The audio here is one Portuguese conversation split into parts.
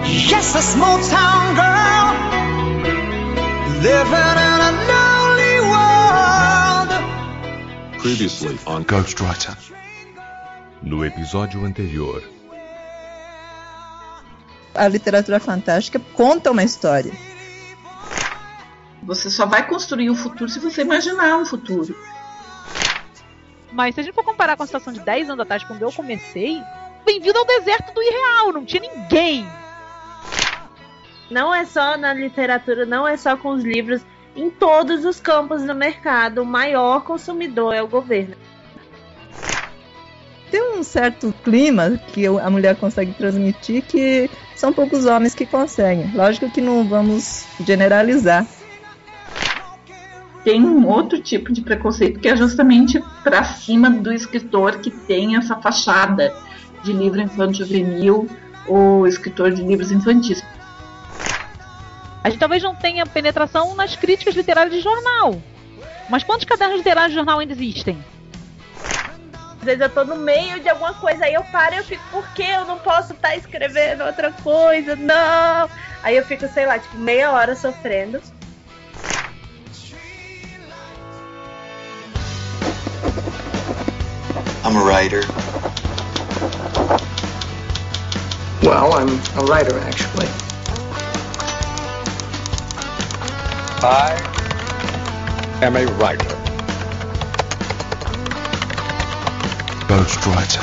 Yes, a small town girl living in a lonely world. Previously on Ghostwriter. No episódio anterior. A literatura fantástica conta uma história. Você só vai construir o futuro se você imaginar um futuro. Mas se a gente for comparar com a situação de 10 anos atrás, quando eu comecei, bem-vindo ao deserto do irreal, não tinha ninguém. Não é só na literatura, não é só com os livros. Em todos os campos do mercado, o maior consumidor é o governo. Tem um certo clima que a mulher consegue transmitir que são poucos homens que conseguem. Lógico que não vamos generalizar. Tem um outro tipo de preconceito que é justamente para cima do escritor que tem essa fachada de livro infanto-juvenil ou escritor de livros infantis. A gente talvez não tenha penetração nas críticas literárias de jornal. Mas quantos cadernos literários de jornal ainda existem? Às vezes eu tô no meio de alguma coisa, aí eu paro e eu fico, por que eu não posso estar escrevendo outra coisa? Não! Aí eu fico, sei lá, tipo, meia hora sofrendo. I'm a writer. Well, I'm a writer, actually. I am a writer. Ghostwriter.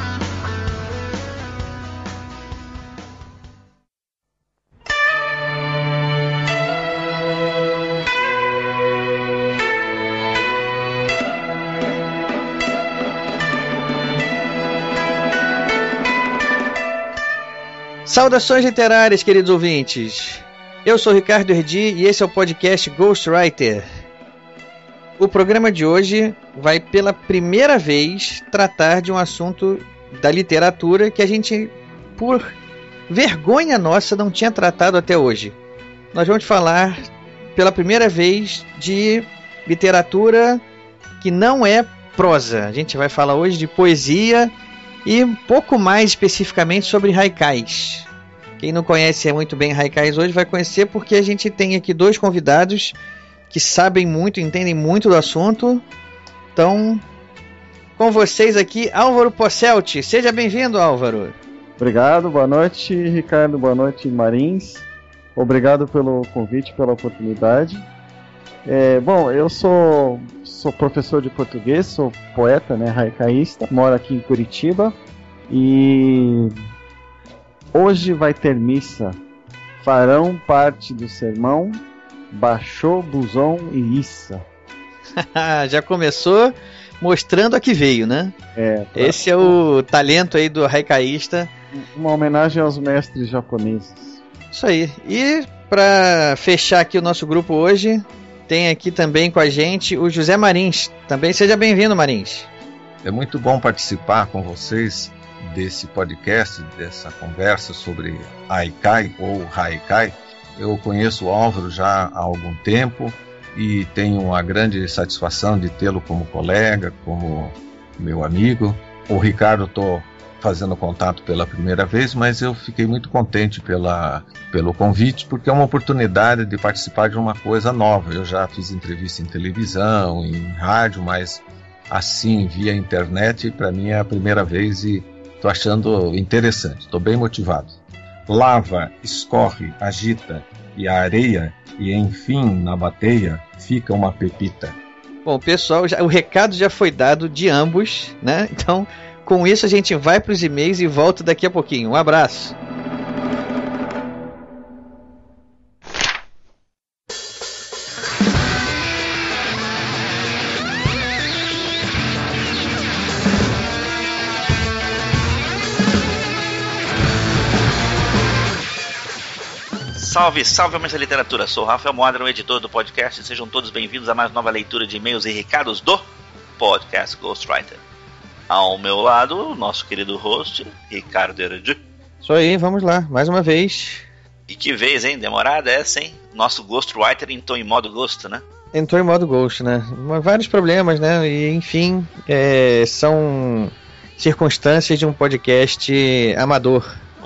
Saudações literárias, queridos ouvintes. Eu sou Ricardo Erdi e esse é o podcast Ghostwriter. O programa de hoje vai pela primeira vez tratar de um assunto da literatura que a gente, por vergonha nossa, não tinha tratado até hoje. Nós vamos falar pela primeira vez de literatura que não é prosa. A gente vai falar hoje de poesia e um pouco mais especificamente sobre haikais. Quem não conhece muito bem haikais hoje vai conhecer porque a gente tem aqui dois convidados que sabem muito, entendem muito do assunto. Então, com vocês aqui, Álvaro Posselt. Seja bem-vindo, Álvaro. Obrigado, boa noite, Ricardo, boa noite, Marins. Obrigado pelo convite, pela oportunidade. Bom, eu sou professor de português, sou poeta, né, haikaísta, moro aqui em Curitiba e hoje vai ter missa. Farão parte do sermão Baixou, Buzon e Issa. Já começou mostrando a que veio, né? Esse é o talento aí do haikaísta. Uma homenagem aos mestres japoneses. Isso aí. E para fechar aqui o nosso grupo hoje, tem aqui também com a gente o José Marins. Também seja bem-vindo, Marins. É muito bom participar com vocês desse podcast, dessa conversa sobre haikai ou haikai. Eu conheço o Álvaro já há algum tempo e tenho uma grande satisfação de tê-lo como colega, como meu amigo. O Ricardo estou fazendo contato pela primeira vez, mas eu fiquei muito contente pelo convite, porque é uma oportunidade de participar de uma coisa nova. Eu já fiz entrevista em televisão, em rádio, mas assim, via internet, para mim é a primeira vez e estou achando interessante, estou bem motivado. Lava, escorre, agita, e a areia, e enfim, na bateia, fica uma pepita. Bom, pessoal, o recado já foi dado de ambos, né? Então, com isso a gente vai para os e-mails e volta daqui a pouquinho. Um abraço. Salve, salve, amantes da literatura. Sou o Rafael Moadra, o editor do podcast. Sejam todos bem-vindos a mais nova leitura de e-mails e recados do podcast Ghostwriter. Ao meu lado, o nosso querido host, Ricardo Erdi. Isso aí, vamos lá, mais uma vez. E que vez, hein? Demorada essa, hein? Nosso Ghostwriter entrou em modo Ghost, né? Entrou em modo Ghost, né? Vários problemas, né? E, enfim, são circunstâncias de um podcast amador.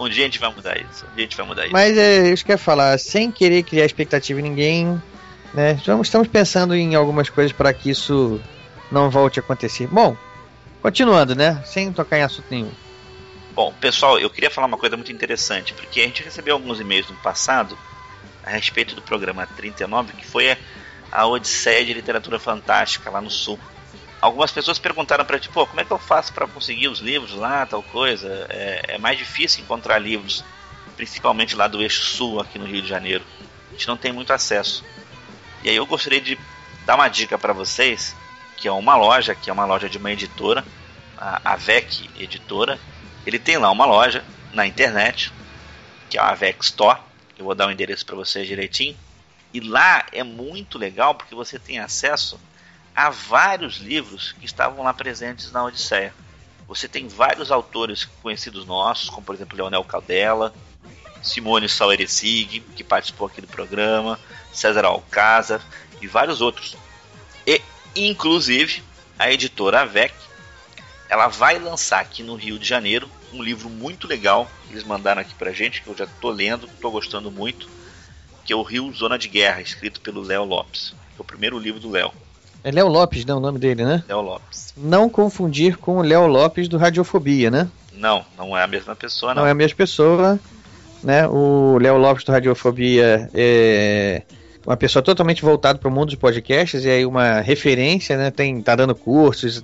Um dia a gente vai mudar isso. Mas é isso que eu ia falar, sem querer criar expectativa em ninguém, né? Estamos pensando em algumas coisas para que isso não volte a acontecer. Bom, continuando, né? Sem tocar em assunto nenhum. Bom, pessoal, eu queria falar uma coisa muito interessante, porque a gente recebeu alguns e-mails no passado a respeito do programa 39, que foi a Odisseia de Literatura Fantástica lá no Sul. Algumas pessoas perguntaram pra gente, como é que eu faço para conseguir os livros lá, tal coisa? É mais difícil encontrar livros, principalmente lá do eixo sul, aqui no Rio de Janeiro. A gente não tem muito acesso. E aí eu gostaria de dar uma dica para vocês, que é uma loja de uma editora, a AVEC Editora. Ele tem lá uma loja na internet, que é a AVEC Store. Eu vou dar o endereço para vocês direitinho. E lá é muito legal porque você tem acesso a vários livros que estavam lá presentes na Odisseia. Você tem vários autores conhecidos nossos, como por exemplo Leonel Caldela, Simone Saueresig, que participou aqui do programa, César Alcázar e vários outros. E, inclusive, a editora AVEC, ela vai lançar aqui no Rio de Janeiro um livro muito legal que eles mandaram aqui pra gente, que eu já tô lendo, tô gostando muito, que é o Rio Zona de Guerra, escrito pelo Léo Lopes, que é o primeiro livro do Léo. É Léo Lopes, né, o nome dele, né? Léo Lopes. Não confundir com o Léo Lopes do Radiofobia, né? Não é a mesma pessoa, não. Não é a mesma pessoa, né? O Léo Lopes do Radiofobia é uma pessoa totalmente voltada para o mundo dos podcasts e aí uma referência, né? Tá dando cursos,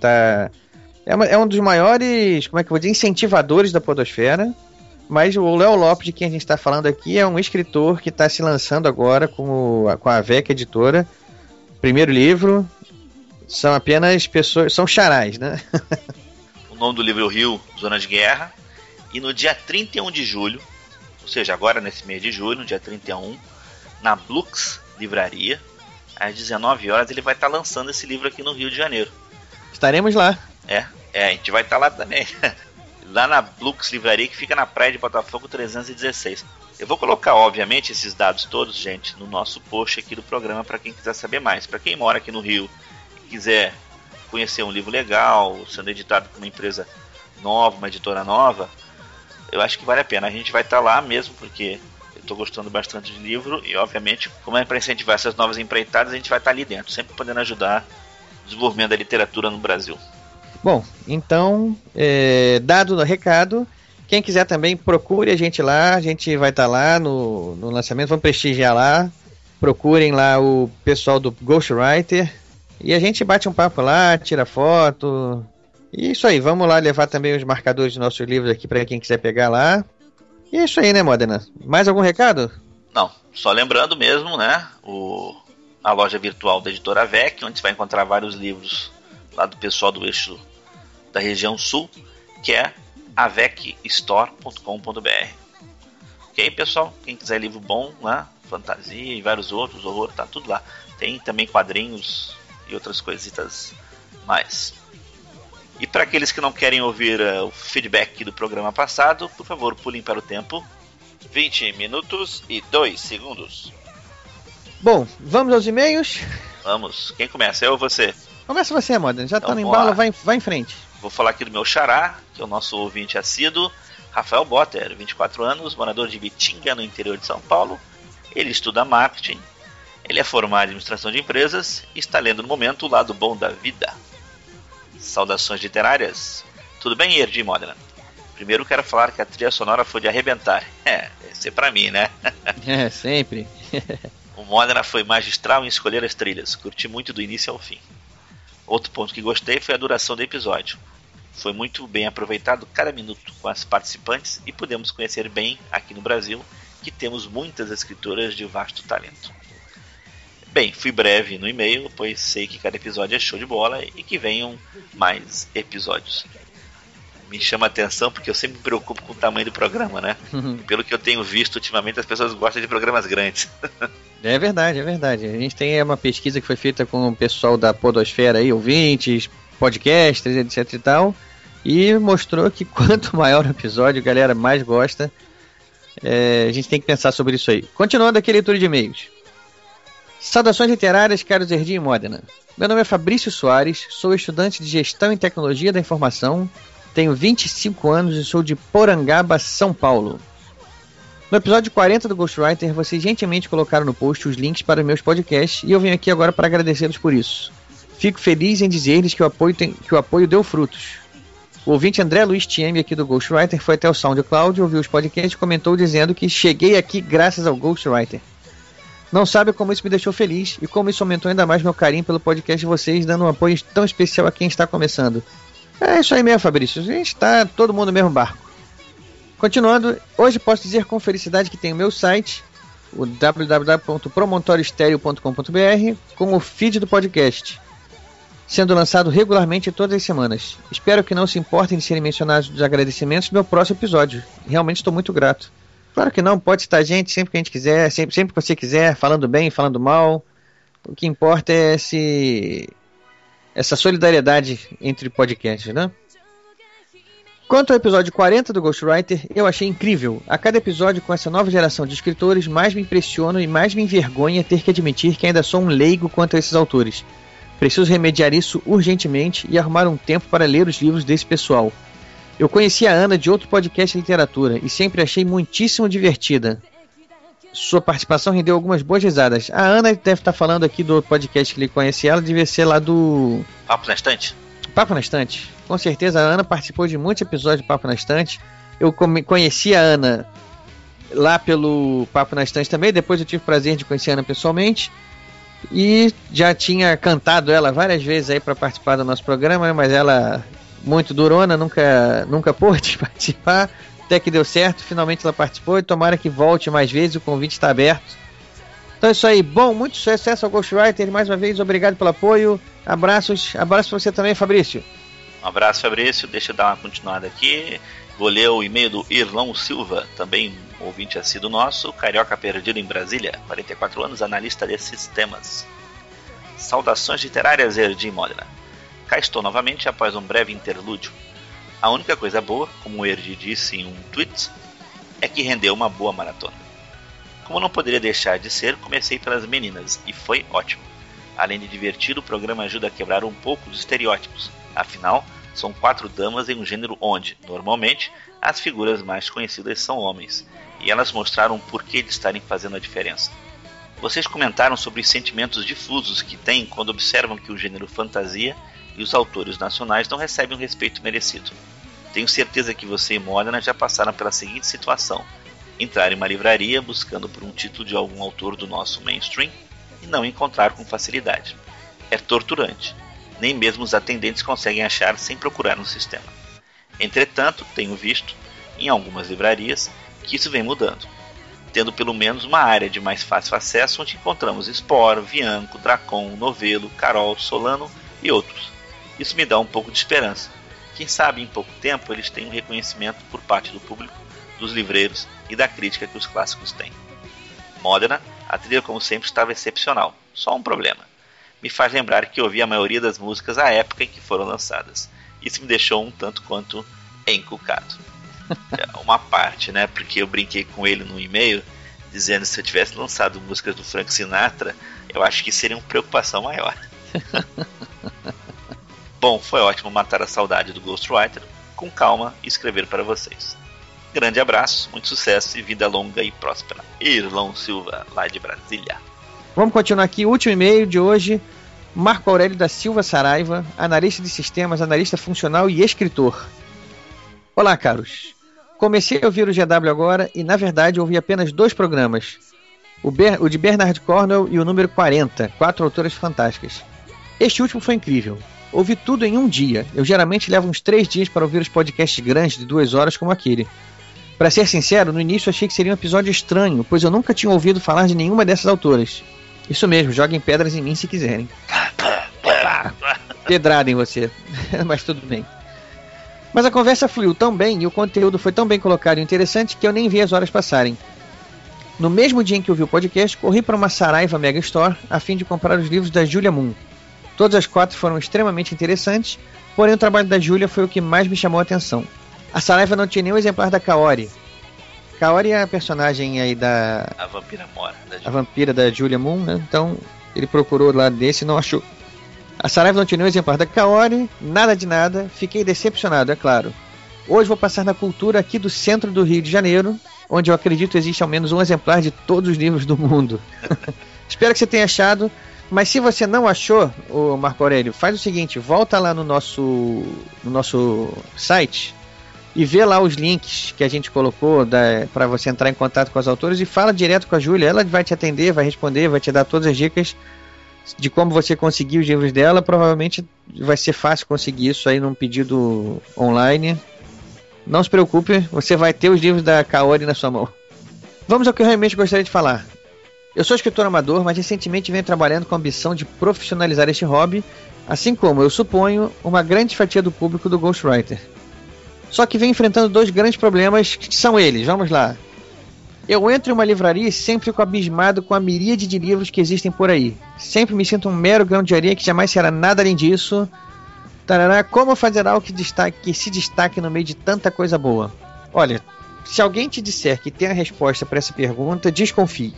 é um dos maiores, como é que eu vou dizer, incentivadores da podosfera. Mas o Léo Lopes, de quem a gente está falando aqui, é um escritor que está se lançando agora com a AVEC Editora. Primeiro livro, são apenas pessoas, são charás, né? O nome do livro é o Rio Zona de Guerra. E no dia 31 de julho, ou seja, agora nesse mês de julho, no dia 31, na Blux Livraria, às 19 horas, ele vai estar lançando esse livro aqui no Rio de Janeiro. Estaremos lá. A gente vai estar lá também. Lá na Blux Livraria, que fica na Praia de Botafogo 316. Eu vou colocar, obviamente, esses dados todos, gente, no nosso post aqui do programa para quem quiser saber mais. Para quem mora aqui no Rio e quiser conhecer um livro legal, sendo editado por uma empresa nova, uma editora nova, eu acho que vale a pena. A gente vai estar lá mesmo, porque eu estou gostando bastante de livro e, obviamente, como é para incentivar essas novas empreitadas, a gente vai estar ali dentro, sempre podendo ajudar o desenvolvimento da literatura no Brasil. Bom, então, dado o recado, quem quiser também procure a gente lá, a gente vai estar lá no lançamento, vamos prestigiar lá, procurem lá o pessoal do Ghostwriter e a gente bate um papo lá, tira foto, e isso aí, vamos lá levar também os marcadores dos nossos livros aqui para quem quiser pegar lá, e é isso aí, né, Modena? Mais algum recado? Não, só lembrando mesmo, né, a loja virtual da editora AVEC, onde você vai encontrar vários livros lá do pessoal do eixo da região sul, que é avecstore.com.br. Ok, pessoal? Quem quiser livro bom, né? Fantasia e vários outros, horror, tá tudo lá. Tem também quadrinhos e outras coisitas mais. E para aqueles que não querem ouvir o feedback do programa passado, por favor, pulem para o tempo 20 minutos e 2 segundos. Bom, vamos aos e-mails? Vamos. Quem começa? Eu ou você? Começa você, Modena. Já então, tá no embalo, vai em frente. Vou falar aqui do meu xará, que é o nosso ouvinte assíduo, Rafael Botter, 24 anos, morador de Bitinga, no interior de São Paulo. Ele estuda marketing, ele é formado em administração de empresas e está lendo no momento o lado bom da vida. Saudações literárias. Tudo bem, Erdi Modena? Primeiro quero falar que a trilha sonora foi de arrebentar. Esse é pra mim, né? Sempre. O Modena foi magistral em escolher as trilhas, curti muito do início ao fim. Outro ponto que gostei foi a duração do episódio. Foi muito bem aproveitado cada minuto com as participantes e pudemos conhecer bem aqui no Brasil que temos muitas escritoras de vasto talento. Bem, fui breve no e-mail, pois sei que cada episódio é show de bola e que venham mais episódios. Me chama a atenção porque eu sempre me preocupo com o tamanho do programa, né? Pelo que eu tenho visto ultimamente, as pessoas gostam de programas grandes. É verdade. A gente tem uma pesquisa que foi feita com o pessoal da podosfera aí, ouvintes, podcasters, etc e tal, e mostrou que quanto maior o episódio, a galera mais gosta. A gente tem que pensar sobre isso aí. Continuando aqui a leitura de e-mails. Saudações literárias, caros Erdi e Modena. Meu nome é Fabrício Soares, sou estudante de Gestão e Tecnologia da Informação, tenho 25 anos e sou de Porangaba, São Paulo. No episódio 40 do Ghostwriter, vocês gentilmente colocaram no post os links para os meus podcasts e eu venho aqui agora para agradecê-los por isso. Fico feliz em dizer-lhes que o apoio deu frutos. O ouvinte André Luiz Tieme aqui do Ghostwriter foi até o SoundCloud, ouviu os podcasts e comentou dizendo que cheguei aqui graças ao Ghostwriter. Não sabe como isso me deixou feliz e como isso aumentou ainda mais meu carinho pelo podcast de vocês, dando um apoio tão especial a quem está começando. É isso aí mesmo, Fabrício. A gente está todo mundo no mesmo barco. Continuando, hoje posso dizer com felicidade que tem o meu site, o www.promontoriostereo.com.br, com o feed do podcast, sendo lançado regularmente todas as semanas. Espero que não se importem de serem mencionados os agradecimentos no meu próximo episódio. Realmente estou muito grato. Claro que não, pode estar gente sempre que a gente quiser, sempre que você quiser, falando bem, falando mal. O que importa é essa solidariedade entre podcasts, né? Quanto ao episódio 40 do Ghostwriter, eu achei incrível. A cada episódio com essa nova geração de escritores, mais me impressiono e mais me envergonha ter que admitir que ainda sou um leigo quanto a esses autores. Preciso remediar isso urgentemente e arrumar um tempo para ler os livros desse pessoal. Eu conheci a Ana de outro podcast de literatura e sempre achei muitíssimo divertida. Sua participação rendeu algumas boas risadas. A Ana deve estar falando aqui do podcast que ele conhece, ela devia ser lá do... Papo na Estante? Papo na Estante. Com certeza a Ana participou de muitos episódios de Papo na Estante. Eu conheci a Ana lá pelo Papo na Estante também. Depois eu tive o prazer de conhecer a Ana pessoalmente. E já tinha cantado ela várias vezes aí para participar do nosso programa, mas ela, muito durona, nunca pôde participar. Até que deu certo, finalmente ela participou e tomara que volte mais vezes, o convite está aberto. Então é isso aí, bom, muito sucesso ao Ghostwriter, mais uma vez, obrigado pelo apoio, abraços, abraço para você também, Fabrício. Um abraço, Fabrício, deixa eu dar uma continuada aqui, vou ler o e-mail do Irlão Silva, também ouvinte assíduo nosso, carioca perdido em Brasília, 44 anos, analista de sistemas. Saudações literárias, Erdi Modena. Cá estou novamente após um breve interlúdio. A única coisa boa, como o Erdi disse em um tweet, é que rendeu uma boa maratona. Como não poderia deixar de ser, comecei pelas meninas, e foi ótimo. Além de divertido, o programa ajuda a quebrar um pouco dos estereótipos. Afinal, são 4 damas em um gênero onde, normalmente, as figuras mais conhecidas são homens, e elas mostraram o porquê de estarem fazendo a diferença. Vocês comentaram sobre os sentimentos difusos que têm quando observam que o gênero fantasia e os autores nacionais não recebem o respeito merecido. Tenho certeza que você e Modena já passaram pela seguinte situação: entrar em uma livraria buscando por um título de algum autor do nosso mainstream e não encontrar com facilidade. É torturante. Nem mesmo os atendentes conseguem achar sem procurar no sistema. Entretanto, tenho visto, em algumas livrarias, que isso vem mudando, tendo pelo menos uma área de mais fácil acesso onde encontramos Spore, Vianco, Dracon, Novelo, Carol, Solano e outros. Isso me dá um pouco de esperança. Quem sabe em pouco tempo eles têm um reconhecimento por parte do público, dos livreiros e da crítica que os clássicos têm. Modena, a trilha como sempre estava excepcional. Só um problema. Me faz lembrar que ouvi a maioria das músicas à época em que foram lançadas. Isso me deixou um tanto quanto encucado. Uma parte, né? Porque eu brinquei com ele no e-mail, dizendo que se eu tivesse lançado músicas do Frank Sinatra, eu acho que seria uma preocupação maior. Bom, foi ótimo matar a saudade do Ghostwriter, com calma e escrever para vocês. Grande abraço, muito sucesso e vida longa e próspera. Irlão Silva, lá de Brasília. Vamos continuar aqui, o último e-mail de hoje. Marco Aurélio da Silva Saraiva, analista de sistemas, analista funcional e escritor. Olá, caros. Comecei a ouvir o GW agora e, na verdade, ouvi apenas 2 programas. O de Bernard Cornwell e o número 40, 4 autoras fantásticas. Este último foi incrível. Ouvi tudo em um dia. Eu geralmente levo uns 3 dias para ouvir os podcasts grandes de 2 horas como aquele. Para ser sincero, no início achei que seria um episódio estranho, pois eu nunca tinha ouvido falar de nenhuma dessas autoras. Isso mesmo, joguem pedras em mim se quiserem. Pedrada em você. Mas tudo bem. Mas a conversa fluiu tão bem e o conteúdo foi tão bem colocado e interessante que eu nem vi as horas passarem. No mesmo dia em que ouvi o podcast, corri para uma Saraiva Mega Store a fim de comprar os livros da Julia Moon. Todas as 4 foram extremamente interessantes, porém o trabalho da Julia foi o que mais me chamou a atenção. A Saraiva não tinha nenhum exemplar da Kaori. Kaori é a personagem aí da... A vampira mora. A vampira da Julia Moon, né? Então ele procurou lá desse e não achou. A Saraiva não tinha nenhum exemplar da Kaori, nada de nada, fiquei decepcionado, é claro. Hoje vou passar na Cultura aqui do centro do Rio de Janeiro onde eu acredito existe ao menos um exemplar de todos os livros do mundo. Espero que você tenha achado. Mas se você não achou, o Marco Aurélio, faz o seguinte, volta lá no nosso site e vê lá os links que a gente colocou para você entrar em contato com os autores e fala direto com a Júlia. Ela vai te atender, vai responder, vai te dar todas as dicas de como você conseguir os livros dela. Provavelmente vai ser fácil conseguir isso aí num pedido online. Não se preocupe, você vai ter os livros da Kaori na sua mão. Vamos ao que eu realmente gostaria de falar. Eu sou escritor amador, mas recentemente venho trabalhando com a ambição de profissionalizar este hobby, assim como, eu suponho, uma grande fatia do público do Ghostwriter. Só que venho enfrentando dois grandes problemas, que são eles, vamos lá. Eu entro em uma livraria e sempre fico abismado com a miríade de livros que existem por aí. Sempre me sinto um mero grão de areia que jamais será nada além disso. Tarará, como fazer algo que se destaque no meio de tanta coisa boa? Olha, se alguém te disser que tem a resposta para essa pergunta, desconfie.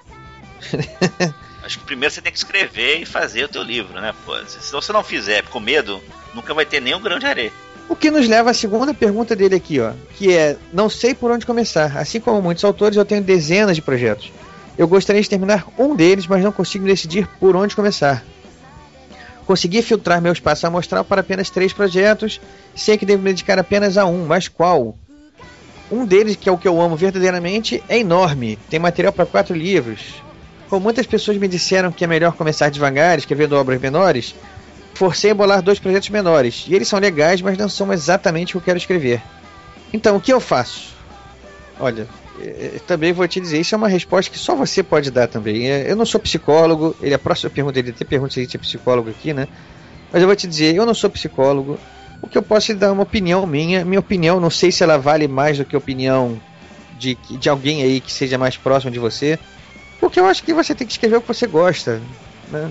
Acho que primeiro você tem que escrever e fazer o teu livro, né? Pô, se você não fizer com medo, nunca vai ter nenhum grão de areia. O que nos leva à segunda pergunta dele aqui, ó, que é, não sei por onde começar. Assim como muitos autores, eu tenho dezenas de projetos. Eu gostaria de terminar um deles, mas não consigo decidir por onde começar. Consegui filtrar meu espaço amostral para apenas 3 projetos, sei que devo me dedicar apenas a um, mas qual? Um deles, que é o que eu amo verdadeiramente, é enorme, tem material para 4 livros. Como muitas pessoas me disseram que é melhor começar devagar, escrevendo obras menores, forcei a bolar 2 projetos menores. E eles são legais, mas não são exatamente o que eu quero escrever. Então, o que eu faço? Olha, também vou te dizer, isso é uma resposta que só você pode dar também. Eu não sou psicólogo, a próxima pergunta, ele até pergunta se a gente é psicólogo aqui, né? Mas eu vou te dizer, eu não sou psicólogo. O que eu posso te dar é uma opinião minha. Minha opinião, não sei se ela vale mais do que a opinião de alguém aí que seja mais próximo de você. Porque eu acho que você tem que escrever o que você gosta, né?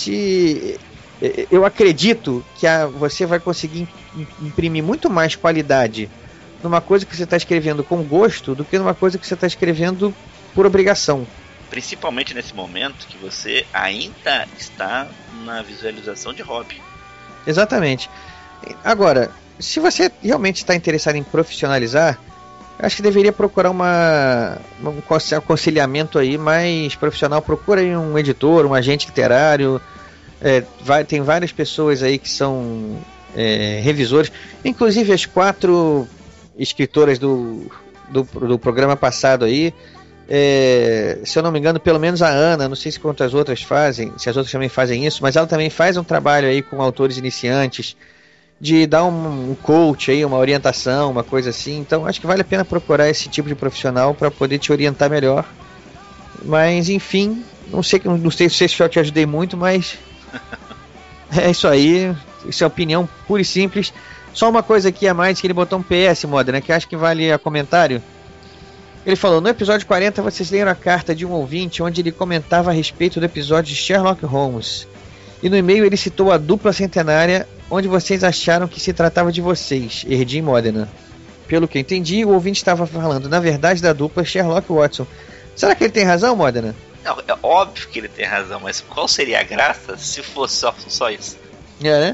Eu acredito que você vai conseguir imprimir muito mais qualidade numa coisa que você está escrevendo com gosto do que numa coisa que você está escrevendo por obrigação. Principalmente nesse momento que você ainda está na visualização de hobby. Exatamente. Agora, se você realmente está interessado em profissionalizar, acho que deveria procurar um aconselhamento aí mais profissional. Procura aí um editor, um agente literário. Tem várias pessoas aí que são revisores. Inclusive as 4 escritoras do programa passado aí. Se eu não me engano, pelo menos a Ana, não sei se quantas outras fazem, se as outras também fazem isso, mas ela também faz um trabalho aí com autores iniciantes, de dar um coach aí, uma orientação, uma coisa assim. Então acho que vale a pena procurar esse tipo de profissional para poder te orientar melhor. Mas enfim, não sei se eu te ajudei muito, mas é isso aí. Isso é opinião pura e simples. Só uma coisa aqui a mais, que ele botou um PS, Moda, né, que acho que vale a comentário. Ele falou, no episódio 40 vocês leram a carta de um ouvinte onde ele comentava a respeito do episódio de Sherlock Holmes. E no e-mail ele citou a dupla centenária, onde vocês acharam que se tratava de vocês, Erdi e Modena. Pelo que eu entendi, o ouvinte estava falando, na verdade, da dupla Sherlock e Watson. Será que ele tem razão, Modena? Não, é óbvio que ele tem razão, mas qual seria a graça se fosse só isso? Né?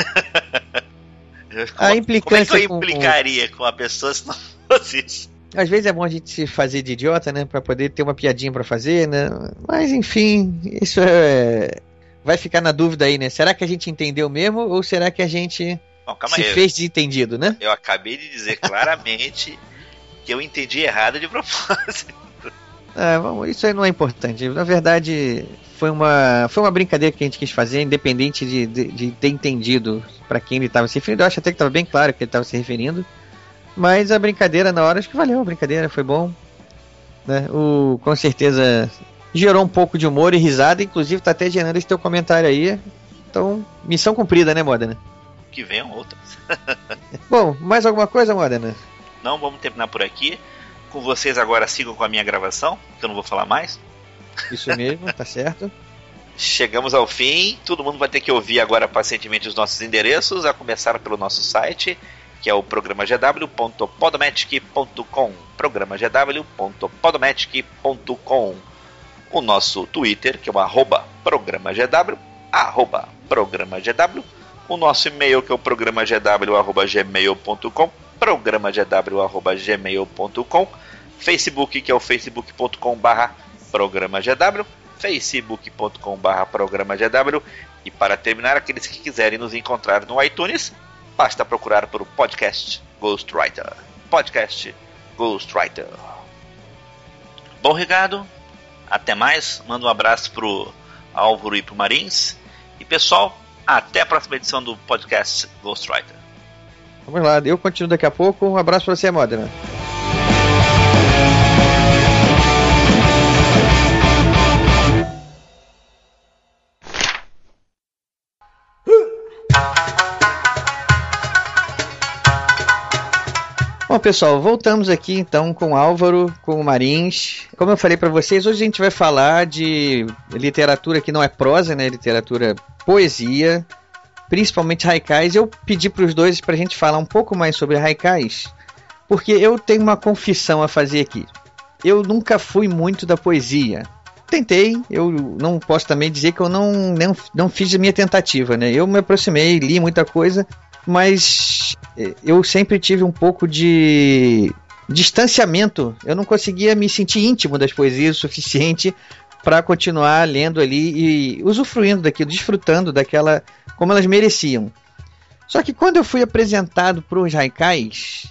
A implicância como é que eu implicaria com a pessoa se não fosse isso? Às vezes é bom a gente se fazer de idiota, né? Pra poder ter uma piadinha pra fazer, né? Mas enfim, isso vai ficar na dúvida aí, né? Será que a gente entendeu mesmo ou será que a gente fez de entendido, né? Eu acabei de dizer claramente que eu entendi errado de propósito. Isso aí não é importante. Na verdade, foi uma brincadeira que a gente quis fazer, independente de ter entendido para quem ele estava se referindo. Eu acho até que estava bem claro que ele estava se referindo. Mas a brincadeira na hora, acho que valeu a brincadeira, foi bom, né? Com certeza gerou um pouco de humor e risada, inclusive tá até gerando esse teu comentário aí. Então, missão cumprida, né, Modena? Que venham outras. Bom, mais alguma coisa, Modena? Não, vamos terminar por aqui. Com vocês agora, sigam com a minha gravação, que eu não vou falar mais. Isso mesmo, tá certo. Chegamos ao fim, todo mundo vai ter que ouvir agora pacientemente os nossos endereços, a começar pelo nosso site, que é o programagw.podomatic.com, programagw.podomatic.com. O nosso Twitter, que é o @programagw, @programagw. O nosso e-mail, que é o programagw@gmail.com, programagw@gmail.com. Facebook, que é o facebook.com/programagw, facebook.com/programagw, e para terminar, aqueles que quiserem nos encontrar no iTunes, basta procurar por Podcast Ghostwriter. Podcast Ghostwriter. Bom, Ricardo, até mais. Manda um abraço pro Álvaro e pro Marins. E pessoal, até a próxima edição do Podcast Ghostwriter. Vamos lá, eu continuo daqui a pouco. Um abraço pra você, Modena. Bom, pessoal, voltamos aqui então com o Álvaro, com o Marins. Como eu falei para vocês, hoje a gente vai falar de literatura que não é prosa, né? Literatura poesia, principalmente haikais. Eu pedi para os dois para a gente falar um pouco mais sobre haikais, porque eu tenho uma confissão a fazer aqui. Eu nunca fui muito da poesia. Tentei, eu não posso também dizer que eu não fiz a minha tentativa, né? Eu me aproximei, li muita coisa, mas eu sempre tive um pouco de distanciamento. Eu não conseguia me sentir íntimo das poesias o suficiente para continuar lendo ali e usufruindo daquilo, desfrutando daquela como elas mereciam. Só que quando eu fui apresentado para os haikais,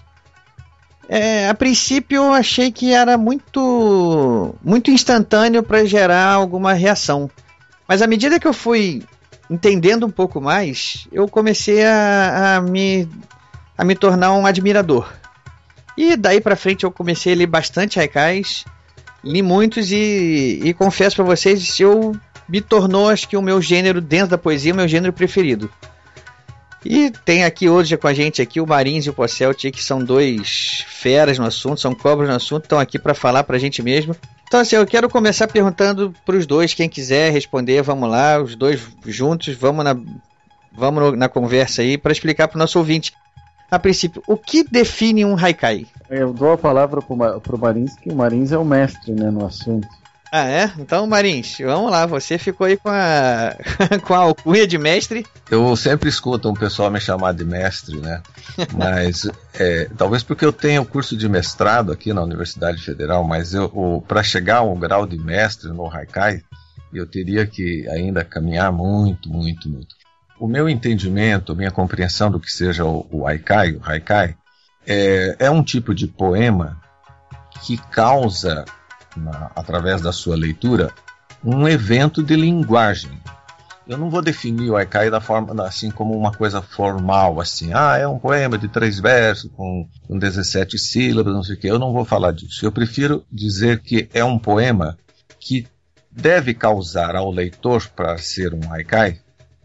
a princípio eu achei que era muito instantâneo para gerar alguma reação. Mas à medida que eu fui entendendo um pouco mais, eu comecei a me tornar um admirador. E daí pra frente eu comecei a ler bastante haikais, li muitos e confesso pra vocês, me tornou, acho que o meu gênero dentro da poesia, o meu gênero preferido. E tem aqui hoje com a gente aqui o Marins e o Posselt, que são dois feras no assunto, são cobras no assunto, estão aqui para falar pra gente mesmo. Então assim, eu quero começar perguntando pros dois, quem quiser responder, vamos lá, os dois juntos, vamos na conversa aí para explicar pro nosso ouvinte. A princípio, o que define um haikai? Eu dou a palavra pro Marins, que o Marins é o mestre, né, no assunto. Ah, é? Então, Marins, vamos lá, você ficou aí com a alcunha de mestre. Eu sempre escuto um pessoal me chamar de mestre, né? Mas talvez porque eu tenho curso de mestrado aqui na Universidade Federal, mas para chegar ao grau de mestre no haikai, eu teria que ainda caminhar muito, muito, muito. O meu entendimento, minha compreensão do que seja o haikai é um tipo de poema que causa, através da sua leitura, um evento de linguagem. Eu não vou definir o haikai da forma assim como uma coisa formal, assim, é um poema de 3 versos com 17 sílabas, não sei o que. Eu não vou falar disso. Eu prefiro dizer que é um poema que deve causar ao leitor, para ser um haikai,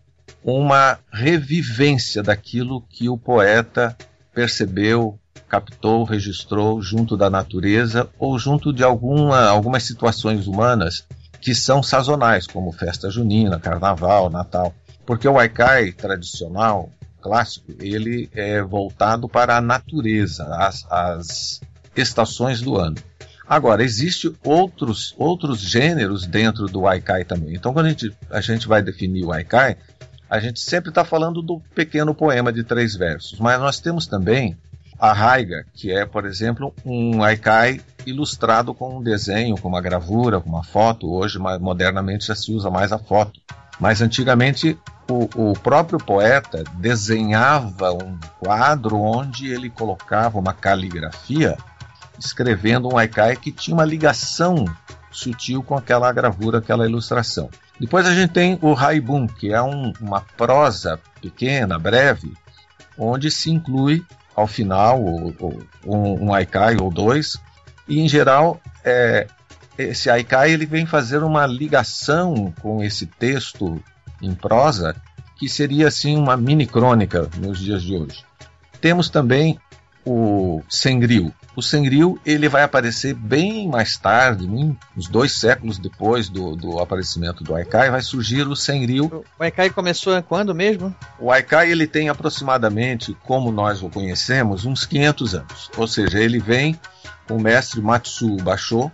uma revivência daquilo que o poeta percebeu, captou, registrou junto da natureza ou junto de algumas situações humanas que são sazonais, como festa junina, carnaval, Natal. Porque o haikai tradicional, clássico, ele é voltado para a natureza, as estações do ano. Agora, existem outros gêneros dentro do haikai também. Então, quando a gente vai definir o haikai, a gente sempre está falando do pequeno poema de 3 versos. Mas nós temos também a haiga, que é, por exemplo, um haikai ilustrado com um desenho, com uma gravura, com uma foto. Hoje, modernamente, já se usa mais a foto. Mas antigamente, o próprio poeta desenhava um quadro onde ele colocava uma caligrafia, escrevendo um haikai que tinha uma ligação sutil com aquela gravura, aquela ilustração. Depois a gente tem o haibun, que é uma prosa pequena, breve, onde se inclui ao final um haikai ou 2, e em geral esse haikai ele vem fazer uma ligação com esse texto em prosa, que seria assim uma mini crônica nos dias de hoje. Temos também o senryu. O senryu ele vai aparecer bem mais tarde, uns 2 séculos depois do aparecimento do haikai, vai surgir o senryu. O haikai começou quando mesmo? O haikai ele tem aproximadamente, como nós o conhecemos, uns 500 anos. Ou seja, ele vem com o mestre Matsuo Basho,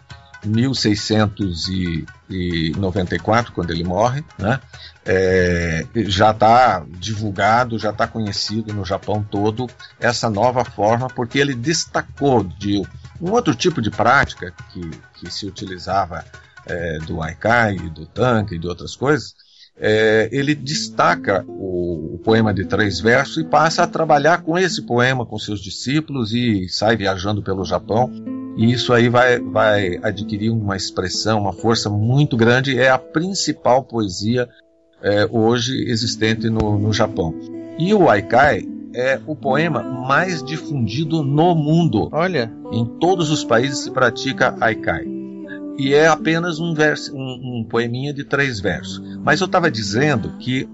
1694, quando ele morre, né? Já está divulgado, já está conhecido no Japão todo essa nova forma, porque ele destacou de Um outro tipo de prática que se utilizava do haikai, do tanka e de outras coisas, ele destaca o poema de 3 versos e passa a trabalhar com esse poema com seus discípulos e sai viajando pelo Japão. E isso aí vai adquirir uma expressão, uma força muito grande. É a principal poesia hoje existente no Japão. E o haikai é o poema mais difundido no mundo. Olha, em todos os países se pratica haikai. E é apenas um poeminha de 3 versos. Mas eu estava dizendo que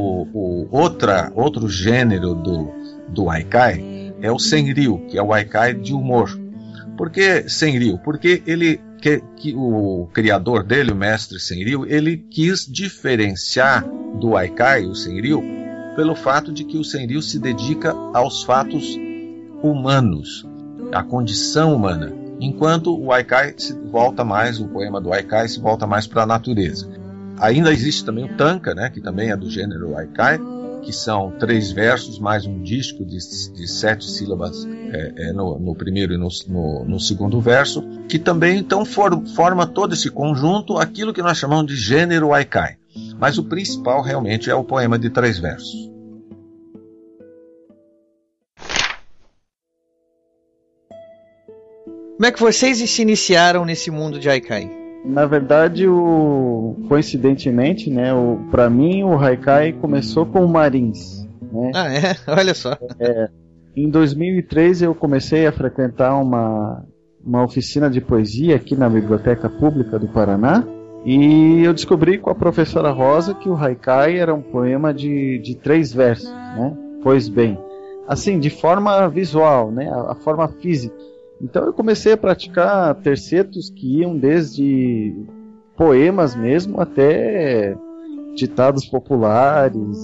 outro gênero do haikai é o senryu, que é o haikai de humor. Por que senryu? Porque o criador dele, o mestre senryu, ele quis diferenciar do haikai, o senryu, pelo fato de que o senryu se dedica aos fatos humanos, à condição humana, enquanto o haikai o poema do haikai se volta mais para a natureza. Ainda existe também o tanka, né, que também é do gênero haikai, que são 3 versos mais um disco de 7 sílabas no primeiro e no segundo verso, que também então forma todo esse conjunto, aquilo que nós chamamos de gênero haikai. Mas o principal realmente é o poema de 3 versos. Como é que vocês se iniciaram nesse mundo de haikai? Na verdade, coincidentemente, né, para mim o haikai começou com o Marins, né? Ah, é? Olha só. Em 2003 eu comecei a frequentar uma oficina de poesia aqui na Biblioteca Pública do Paraná, e eu descobri com a professora Rosa que o haikai era um poema de 3 versos, né? Pois bem, assim, de forma visual, né, a forma física. Então eu comecei a praticar tercetos que iam desde poemas mesmo até ditados populares,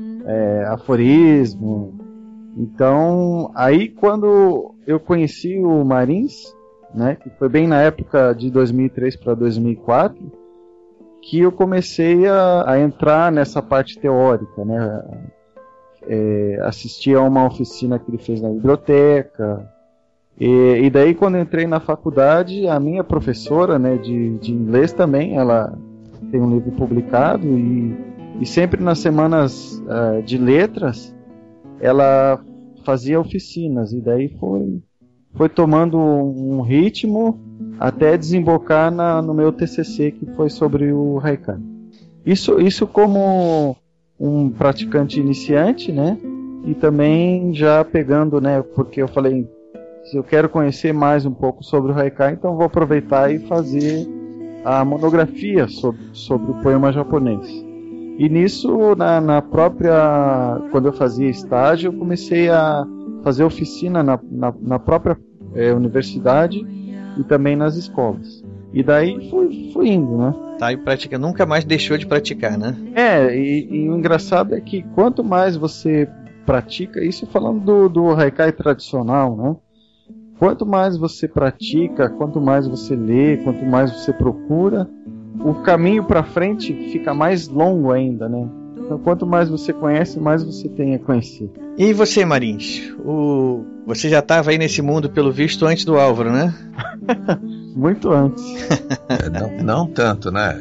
aforismo. Então, aí quando eu conheci o Marins, né, que foi bem na época de 2003 para 2004, que eu comecei a entrar nessa parte teórica, né? Assisti a uma oficina que ele fez na biblioteca. E daí, quando eu entrei na faculdade, a minha professora, né, de inglês também, ela tem um livro publicado, e sempre nas semanas de letras ela fazia oficinas, e daí foi tomando um ritmo até desembocar no meu TCC, que foi sobre o haikai. Isso como um praticante iniciante, né, e também já pegando, né, porque eu falei, se eu quero conhecer mais um pouco sobre o haikai, então vou aproveitar e fazer a monografia sobre o poema japonês. E nisso, na própria, quando eu fazia estágio, eu comecei a fazer oficina na própria universidade e também nas escolas. E daí fui indo, né? Tá, e pratica, nunca mais deixou de praticar, né? E o engraçado é que quanto mais você pratica, isso falando do haikai tradicional, né? Quanto mais você pratica, quanto mais você lê, quanto mais você procura, o caminho para frente fica mais longo ainda, né? Então, quanto mais você conhece, mais você tem a conhecer. E você, Marins? Você já estava aí nesse mundo, pelo visto, antes do Álvaro, né? Muito antes. Não tanto, né?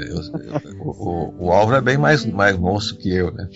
O Álvaro é bem mais moço que eu, né?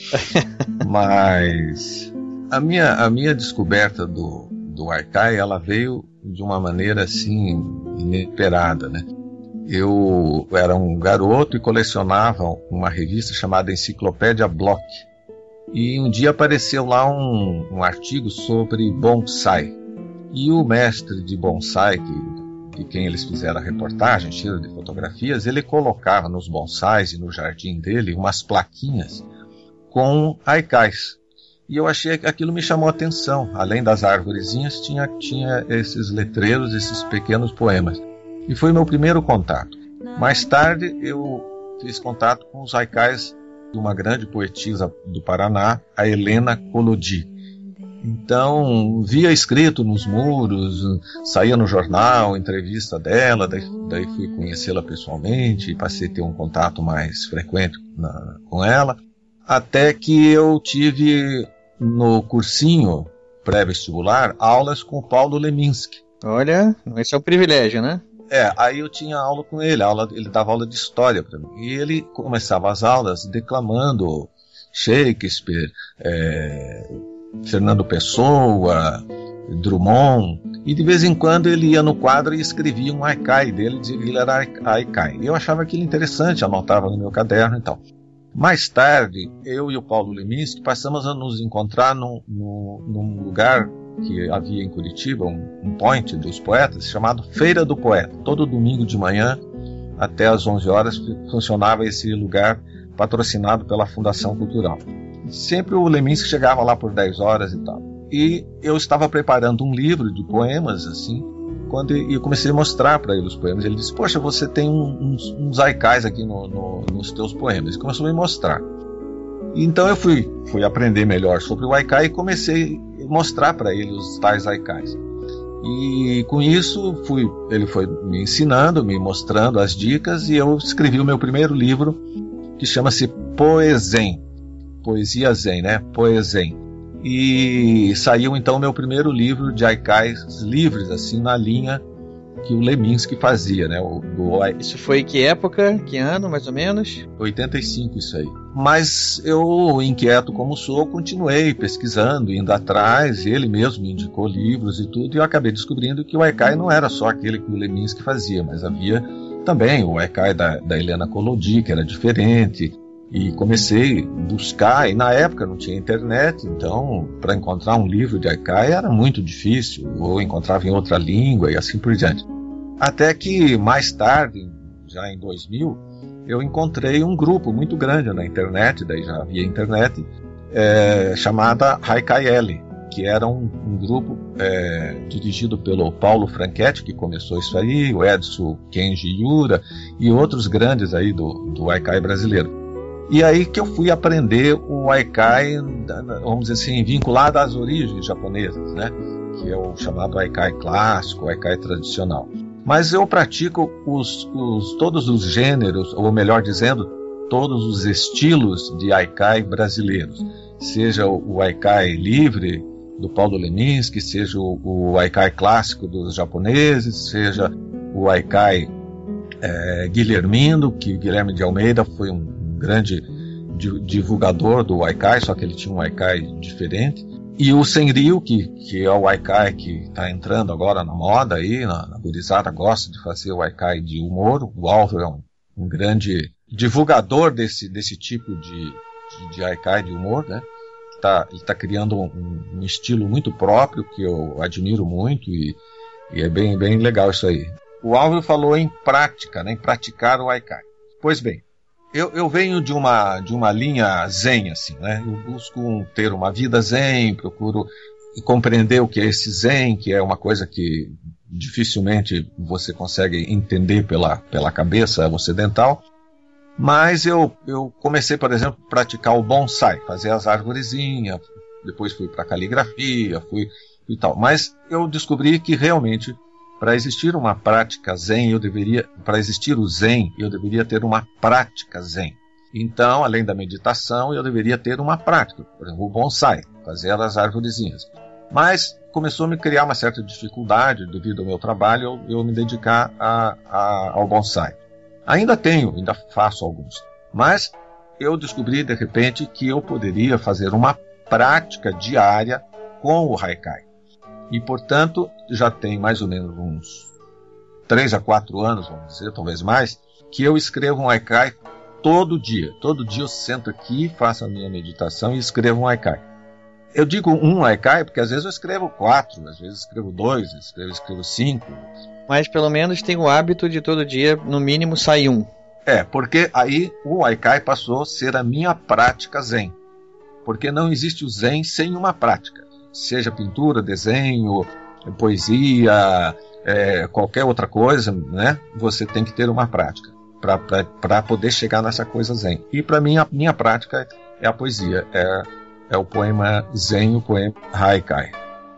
Mas a minha descoberta do haikai, ela veio de uma maneira assim inesperada, né? Eu era um garoto e colecionava uma revista chamada Enciclopédia Block, e um dia apareceu lá um artigo sobre bonsai, e o mestre de bonsai, de quem eles fizeram a reportagem cheia de fotografias, ele colocava nos bonsais e no jardim dele umas plaquinhas com haikais. E eu achei que aquilo me chamou a atenção. Além das árvorezinhas, tinha esses letreiros, esses pequenos poemas. E foi meu primeiro contato. Mais tarde, eu fiz contato com os haikais de uma grande poetisa do Paraná, a Helena Collodi. Então, via escrito nos muros, saía no jornal, entrevista dela, daí fui conhecê-la pessoalmente e passei a ter um contato mais frequente com ela. Até que eu tive no cursinho pré-vestibular aulas com o Paulo Leminski, Olha, esse é um privilégio, né? Aí eu tinha aula com ele, ele dava aula de história para mim. E ele começava as aulas declamando Shakespeare, Fernando Pessoa, Drummond, e de vez em quando ele ia no quadro e escrevia um haikai dele, dizia que ele era haikai. Eu achava aquilo interessante, anotava no meu caderno e tal. Mais tarde, eu e o Paulo Leminski passamos a nos encontrar num lugar que havia em Curitiba, um point dos poetas, chamado Feira do Poeta. Todo domingo de manhã, até às 11 horas, funcionava esse lugar patrocinado pela Fundação Cultural. Sempre o Leminski chegava lá por 10 horas e tal. E eu estava preparando um livro de poemas, assim, quando eu comecei a mostrar para ele os poemas. Ele disse, poxa, você tem uns haikais aqui nos teus poemas. Ele começou a me mostrar. Então eu fui aprender melhor sobre o haikai e comecei a mostrar para ele os tais haikais. E com isso ele foi me ensinando, me mostrando as dicas, e eu escrevi o meu primeiro livro, que chama-se Poezen. Poesia Zen, né? Poezen. E saiu então o meu primeiro livro de haikais livres, assim, na linha que o Leminski fazia, né? Isso foi que época? Que ano, mais ou menos? 85, isso aí. Mas eu, inquieto como sou, continuei pesquisando, indo atrás. Ele mesmo me indicou livros e tudo, e eu acabei descobrindo que o haikai não era só aquele que o Leminski fazia, mas havia também o haikai da Helena Collodi, que era diferente. E comecei a buscar, e na época não tinha internet, então para encontrar um livro de haikai era muito difícil, ou encontrava em outra língua e assim por diante. Até que mais tarde, já em 2000, eu encontrei um grupo muito grande na internet, daí já havia internet, chamada Haikai-L, que era um grupo dirigido pelo Paulo Franchetti, que começou isso aí, o Edson Kenji Yura e outros grandes aí do haikai brasileiro. E aí que eu fui aprender o haikai, vamos dizer assim, vinculado às origens japonesas, né? Que é o chamado haikai clássico, o haikai tradicional. Mas eu pratico todos os gêneros, ou melhor dizendo, todos os estilos de haikai brasileiros. Seja o haikai livre do Paulo Leminski, seja o haikai clássico dos japoneses, seja o haikai guilhermino, que Guilherme de Almeida foi um grande divulgador do haikai, só que ele tinha um haikai diferente. E o Senryu, que é o haikai que está entrando agora na moda aí, na gurizada gosta de fazer o haikai de humor. O Álvaro é um grande divulgador desse tipo de haikai de humor, né? Ele está criando um estilo muito próprio, que eu admiro muito, e é bem, bem legal isso aí. O Álvaro falou em prática, né, em praticar o haikai. Pois bem, eu venho de uma linha zen, assim, né? Eu busco ter uma vida zen, procuro compreender o que é esse zen, que é uma coisa que dificilmente você consegue entender pela cabeça ocidental. Mas eu comecei, por exemplo, a praticar o bonsai, fazer as arvorezinhas, depois fui para caligrafia, fui e tal. Mas eu descobri que realmente, para existir uma prática zen, para existir o zen, eu deveria ter uma prática zen. Então, além da meditação, eu deveria ter uma prática, por exemplo, o bonsai, fazer as arvorezinhas. Mas começou a me criar uma certa dificuldade, devido ao meu trabalho, eu me dedicar ao bonsai. Ainda faço alguns, mas eu descobri de repente que eu poderia fazer uma prática diária com o haikai. E, portanto, já tem mais ou menos uns 3 a 4 anos, vamos dizer, talvez mais, que eu escrevo um haikai todo dia. Todo dia eu sento aqui, faço a minha meditação e escrevo um haikai. Eu digo um haikai porque às vezes eu escrevo 4, às vezes escrevo 2, escrevo 5. Mas pelo menos tem o hábito de todo dia, no mínimo, sair um. Porque aí o haikai passou a ser a minha prática zen. Porque não existe o zen sem uma prática. Seja pintura, desenho, poesia, qualquer outra coisa, né? Você tem que ter uma prática para poder chegar nessa coisa zen. E para mim, a minha prática é a poesia, é o poema zen, o poema haikai.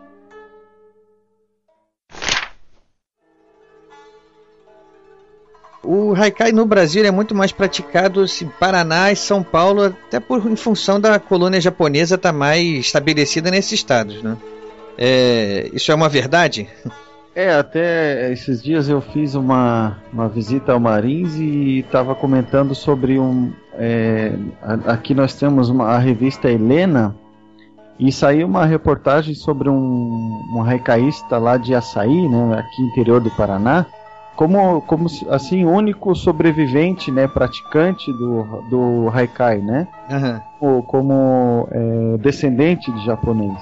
O haikai no Brasil é muito mais praticado em Paraná e São Paulo, até em função da colônia japonesa estar mais estabelecida nesses estados, né? Isso é uma verdade? Até esses dias eu fiz uma visita ao Marins e estava comentando sobre aqui nós temos a revista Helena, e saiu uma reportagem sobre um haicaísta lá de Açaí, né, aqui no interior do Paraná, como assim, único sobrevivente, né, praticante do haikai, né, como descendente de japonês.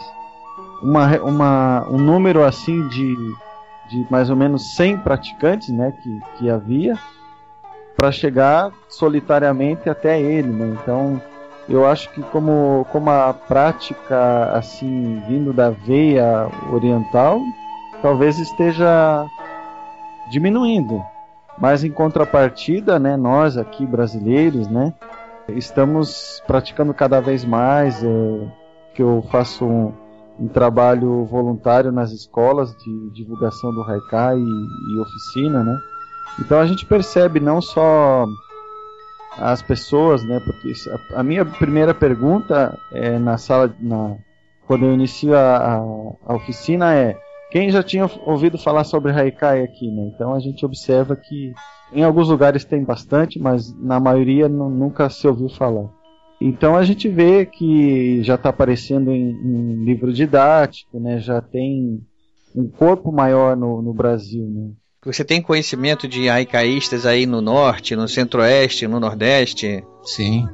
Um número assim de mais ou menos 100 praticantes, né, que havia, para chegar solitariamente até ele, né? Então eu acho que como a prática assim vindo da veia oriental talvez esteja diminuindo, mas em contrapartida, né, nós aqui brasileiros, né, estamos praticando cada vez mais, que eu faço um trabalho voluntário nas escolas de divulgação do haikai e oficina, né? Então a gente percebe não só as pessoas, né? Porque a minha primeira pergunta na sala, quando eu inicio a oficina quem já tinha ouvido falar sobre haikai aqui, né? Então a gente observa que em alguns lugares tem bastante, mas na maioria nunca se ouviu falar. Então a gente vê que já está aparecendo em livro didático, né? Já tem um corpo maior no Brasil, né? Você tem conhecimento de haikaístas aí no norte, no centro-oeste, no nordeste? Sim.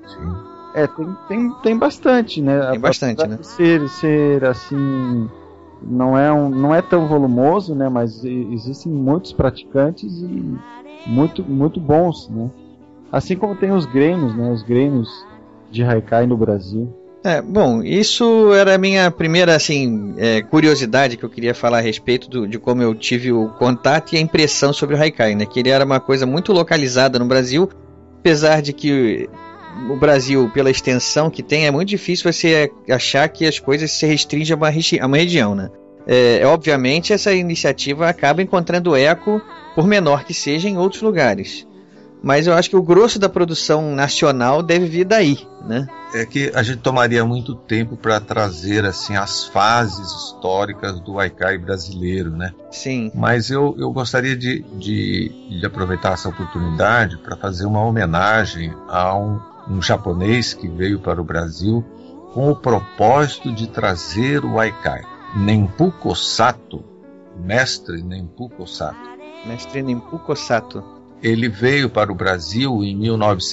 Tem bastante, né? Tem bastante, né? Ser assim, não é tão volumoso, né? Mas existem muitos praticantes e muito bons, né? Assim como tem os grêmios, né? Os grêmios de haikai no Brasil. Bom, isso era a minha primeira curiosidade que eu queria falar a respeito de como eu tive o contato e a impressão sobre o haikai, né? Que ele era uma coisa muito localizada no Brasil, apesar de que o Brasil, pela extensão que tem, é muito difícil você achar que as coisas se restringem a uma região, né? Obviamente essa iniciativa acaba encontrando eco, por menor que seja, em outros lugares. Mas eu acho que o grosso da produção nacional deve vir daí, né? É que a gente tomaria muito tempo para trazer assim as fases históricas do haikai brasileiro, né? Sim. Mas eu gostaria de aproveitar essa oportunidade para fazer uma homenagem a um japonês que veio para o Brasil com o propósito de trazer o haikai. Nempuko Sato, mestre Nempuko Sato. Mestre Nempuko Sato. Ele veio para o Brasil em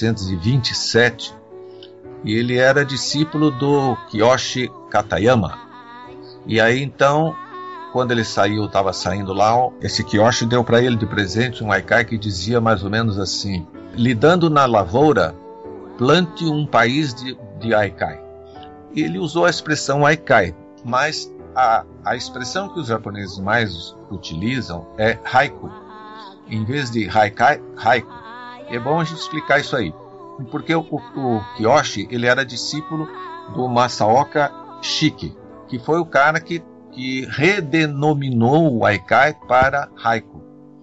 1927 e ele era discípulo do Kiyoshi Katayama. E aí então, quando ele estava saindo lá, esse Kiyoshi deu para ele de presente um haikai que dizia mais ou menos assim: lidando na lavoura, plante um país de haikai. Ele usou a expressão haikai, mas a expressão que os japoneses mais utilizam é haiku. Em vez de haikai, haiku. É bom a gente explicar isso aí. Porque o Kiyoshi, ele era discípulo do Masaoka Shiki, que foi o cara que redenominou o haikai para haiku.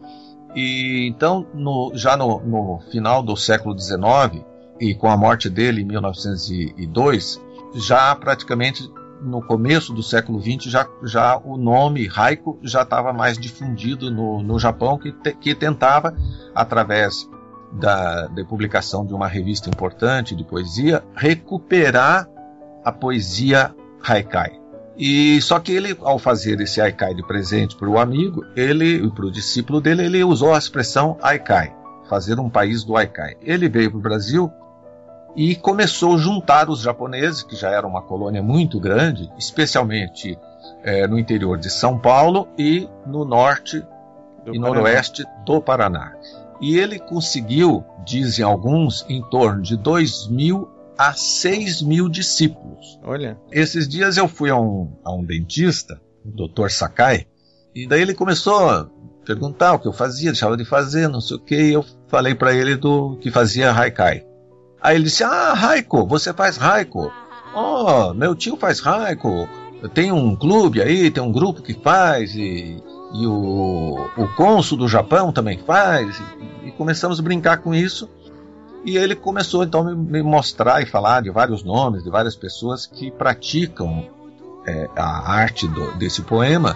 E então, já no final do século XIX, e com a morte dele em 1902, já praticamente no começo do século XX, já o nome haiku já estava mais difundido no Japão, que tentava, através da publicação de uma revista importante de poesia, recuperar a poesia haikai. E só que ele, ao fazer esse haikai de presente para o amigo, para o discípulo dele, ele usou a expressão haikai, fazer um país do haikai. Ele veio para o Brasil e começou a juntar os japoneses, que já era uma colônia muito grande, especialmente no interior de São Paulo e no norte e noroeste do Paraná. E ele conseguiu, dizem alguns, em torno de 2.000 a 6.000 discípulos. Olha. Esses dias eu fui a um dentista, o Dr. Sakai, e daí ele começou a perguntar o que eu fazia, deixava de fazer, não sei o que, e eu falei para ele do que fazia haikai. Aí ele disse: haiku, você faz haiku? Oh, meu tio faz haiku. Tem um clube aí, tem um grupo que faz, e o cônsul do Japão também faz. E começamos a brincar com isso. E ele começou então a me mostrar e falar de vários nomes, de várias pessoas que praticam a arte desse poema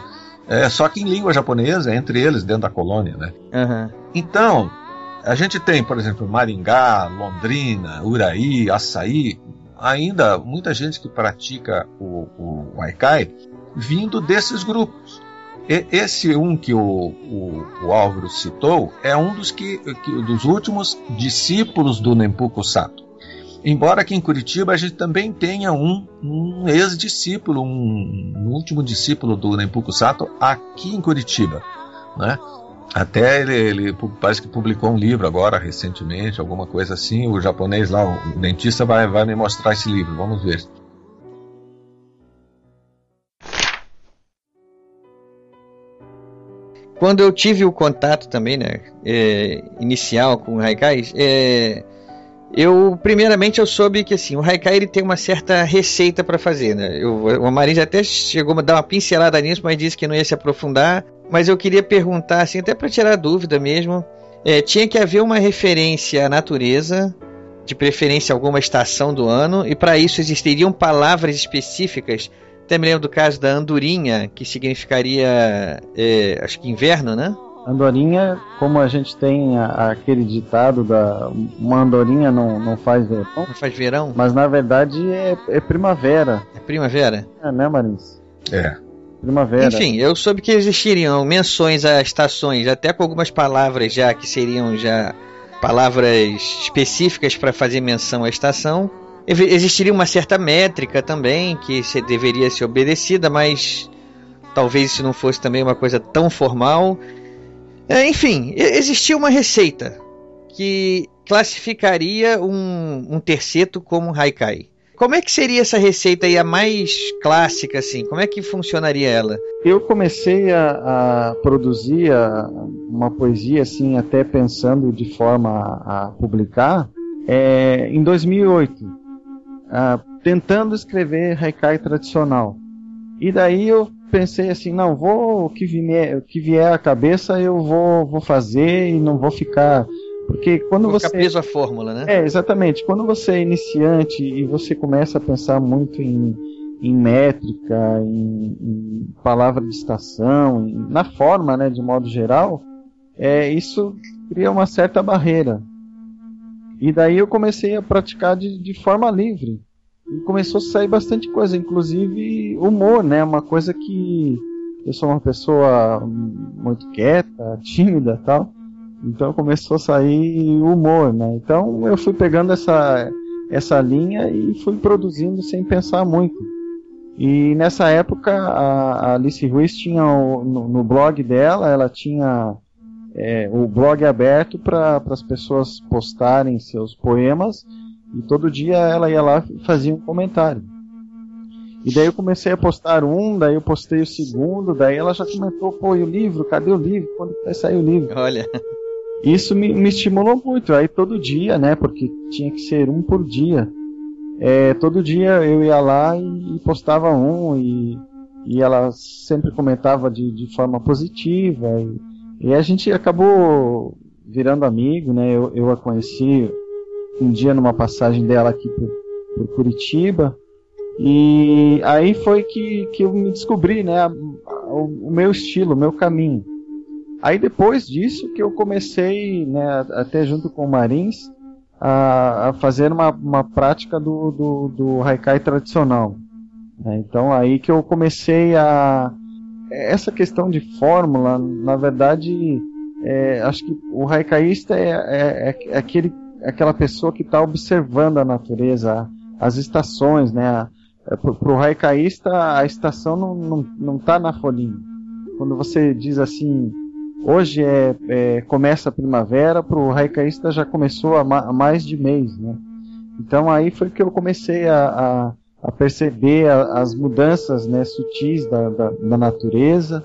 só que em língua japonesa, entre eles, dentro da colônia, né? Uhum. Então, a gente tem, por exemplo, Maringá, Londrina, Uraí, Açaí, ainda muita gente que pratica o haikai vindo desses grupos. Esse que o Álvaro citou é um dos últimos discípulos do Nenpuku Sato. Embora aqui em Curitiba a gente também tenha um ex-discípulo, um último discípulo do Nenpuku Sato aqui em Curitiba, né? Até ele parece que publicou um livro agora, recentemente, alguma coisa assim. O japonês lá, o dentista, vai me mostrar esse livro, vamos ver. Quando eu tive o contato também, né, inicial com o haikai, primeiramente eu soube que assim, o haikai ele tem uma certa receita para fazer, né? O Marins até chegou a dar uma pincelada nisso, mas disse que não ia se aprofundar. Mas eu queria perguntar, assim, até para tirar dúvida mesmo, tinha que haver uma referência à natureza, de preferência a alguma estação do ano, e para isso existiriam palavras específicas. Até me lembro do caso da andorinha, que significaria, acho que inverno, né? Andorinha, como a gente tem aquele ditado uma andorinha não faz verão. Não faz verão? Mas na verdade é primavera. É primavera? Né, Marins? Primavera. Enfim, eu soube que existiriam menções a estações, até com algumas palavras já que seriam já palavras específicas para fazer menção à estação. Existiria uma certa métrica também que deveria ser obedecida, mas talvez isso não fosse também uma coisa tão formal. Enfim, existia uma receita que classificaria um terceto como haikai. Como é que seria essa receita aí, a mais clássica, assim? Como é que funcionaria ela? Eu comecei a produzir uma poesia, assim, até pensando de forma a publicar, em 2008. Tentando escrever haikai tradicional. E daí eu pensei assim, não, o que vier à cabeça eu vou fazer e não vou ficar... Porque quando você fica preso à fórmula, né? Exatamente. Quando você é iniciante e você começa a pensar muito em métrica, em palavra de estação, na forma, né, de modo geral, isso cria uma certa barreira. E daí eu comecei a praticar de forma livre. E começou a sair bastante coisa, inclusive humor, né? Uma coisa que eu sou uma pessoa muito quieta, tímida e tal. Então começou a sair humor, né? Então eu fui pegando essa linha e fui produzindo sem pensar muito. E nessa época a Alice Ruiz tinha no blog dela, ela tinha o blog aberto para as pessoas postarem seus poemas, e todo dia ela ia lá e fazia um comentário. E daí eu comecei a postar daí eu postei o segundo, daí ela já comentou, e o livro, cadê o livro? Quando vai sair o livro? Olha... Isso me estimulou muito. Aí todo dia, né, porque tinha que ser um por dia, todo dia eu ia lá e postava e ela sempre comentava de forma positiva, e a gente acabou virando amigo, né? Eu a conheci um dia numa passagem dela aqui por Curitiba, e aí foi que eu me descobri, né, o meu estilo, o meu caminho. Aí depois disso que eu comecei, né, até junto com o Marins, a fazer uma prática do haikai tradicional. Então aí que eu comecei essa questão de fórmula, na verdade, acho que o haikaísta é aquela pessoa que está observando a natureza, as estações, né? Para o haikaísta a estação não está na folhinha. Quando você diz assim, hoje começa a primavera, para o haikaísta já começou há mais de mês, né? Então aí foi que eu comecei a perceber as mudanças, né, sutis da natureza,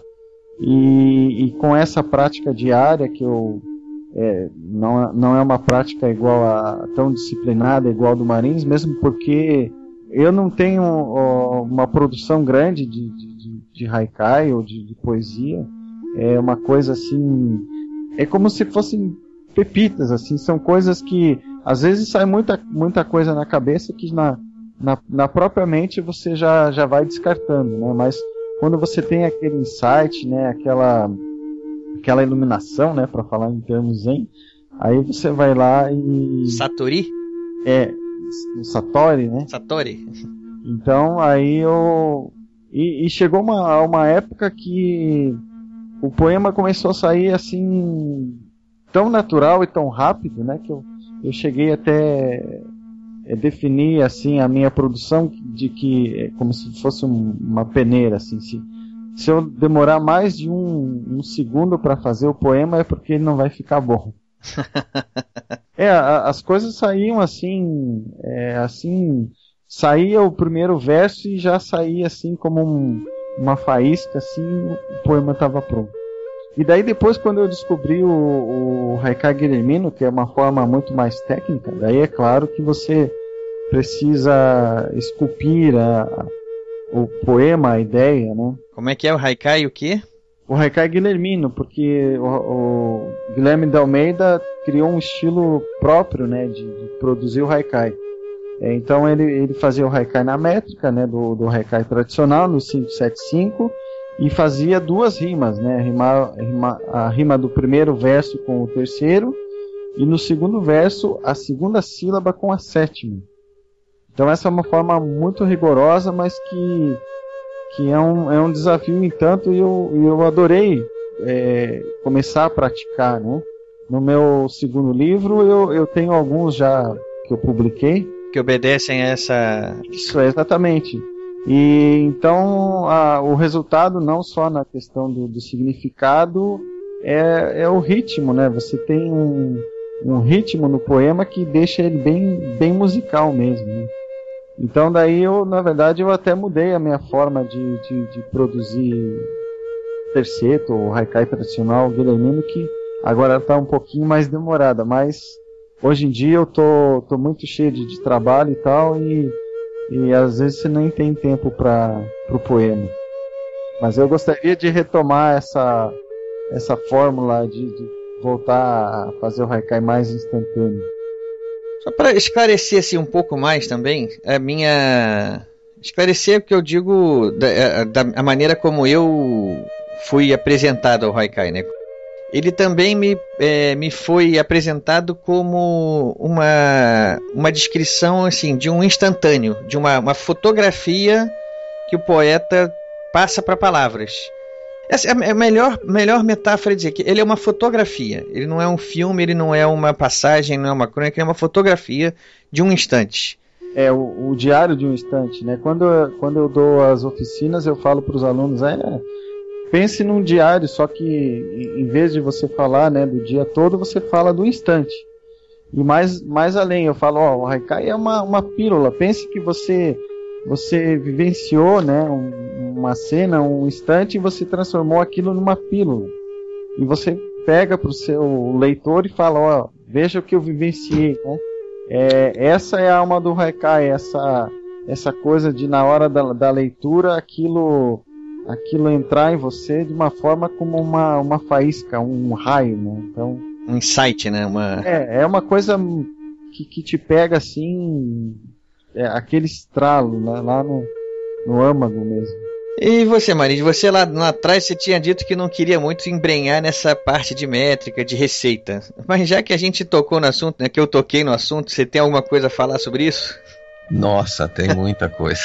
e com essa prática diária que eu não é uma prática tão disciplinada igual do Marins, mesmo porque eu não tenho uma produção grande de haikai ou de poesia. É uma coisa assim, é como se fossem pepitas, assim, são coisas que às vezes sai muita coisa na cabeça que na própria mente você já vai descartando, né? Mas quando você tem aquele insight, né, aquela iluminação, né, para falar em termos zen, aí você vai lá e... Satori? O Satori, né? Satori. Então, aí eu... E chegou uma época que o poema começou a sair assim, tão natural e tão rápido, né, que eu cheguei até definir assim a minha produção de que como se fosse uma peneira, assim, se eu demorar mais de um segundo para fazer o poema é porque ele não vai ficar bom. As coisas saíam assim, saía o primeiro verso e já saía assim como uma faísca, assim, o poema estava pronto. E daí depois, quando eu descobri o Haikai Guilhermino, que é uma forma muito mais técnica, daí é claro que você precisa esculpir o poema, a ideia, né? Como é que é o Haikai e o quê? O Haikai Guilhermino, porque o Guilherme de Almeida criou um estilo próprio, né, de produzir o Haikai. Então ele fazia o Haikai na métrica, né, do Haikai tradicional, no 5-7-5, e fazia duas rimas, né, a rima do primeiro verso com o terceiro, e no segundo verso a segunda sílaba com a sétima. Então essa é uma forma muito rigorosa, mas que é um desafio, entanto, e eu adorei começar a praticar, né. No meu segundo livro eu tenho alguns já que eu publiquei, que obedecem a essa... Isso, exatamente. E então o resultado, não só na questão do significado, é o ritmo, né? Você tem um ritmo no poema que deixa ele bem musical mesmo, né? Então daí na verdade eu até mudei a minha forma de produzir terceto ou haikai tradicional guilhermino, que agora está um pouquinho mais demorada, mas hoje em dia eu tô muito cheio de trabalho e tal, e às vezes você nem tem tempo para o poema. Mas eu gostaria de retomar essa fórmula de voltar a fazer o haikai mais instantâneo. Só para esclarecer assim, um pouco mais também, esclarecer o que eu digo da maneira como eu fui apresentado ao haikai, né? Ele também me foi apresentado como uma descrição assim, de um instantâneo, de uma fotografia que o poeta passa para palavras. Essa é a melhor metáfora de dizer que ele é uma fotografia. Ele não é um filme, ele não é uma passagem, não é uma crônica, ele é uma fotografia de um instante. É o diário de um instante, né? Quando eu dou as oficinas, eu falo para os alunos, pense num diário, só que em vez de você falar, né, do dia todo, você fala do instante. E mais além, eu falo, o haikai é uma pílula. Pense que você vivenciou, né, uma cena, um instante, e você transformou aquilo numa pílula. E você pega para o seu leitor e fala, veja o que eu vivenciei, né? Essa é a alma do haikai, essa coisa de na hora da leitura aquilo entrar em você de uma forma como uma faísca, um raio, né? Então, um insight, né? É uma coisa que te pega assim, aquele estralo, né? Lá no âmago mesmo. E você, Marins, você lá atrás você tinha dito que não queria muito embrenhar nessa parte de métrica, de receita. Mas já que a gente tocou no assunto, né, que eu toquei no assunto, você tem alguma coisa a falar sobre isso? Nossa, tem muita coisa.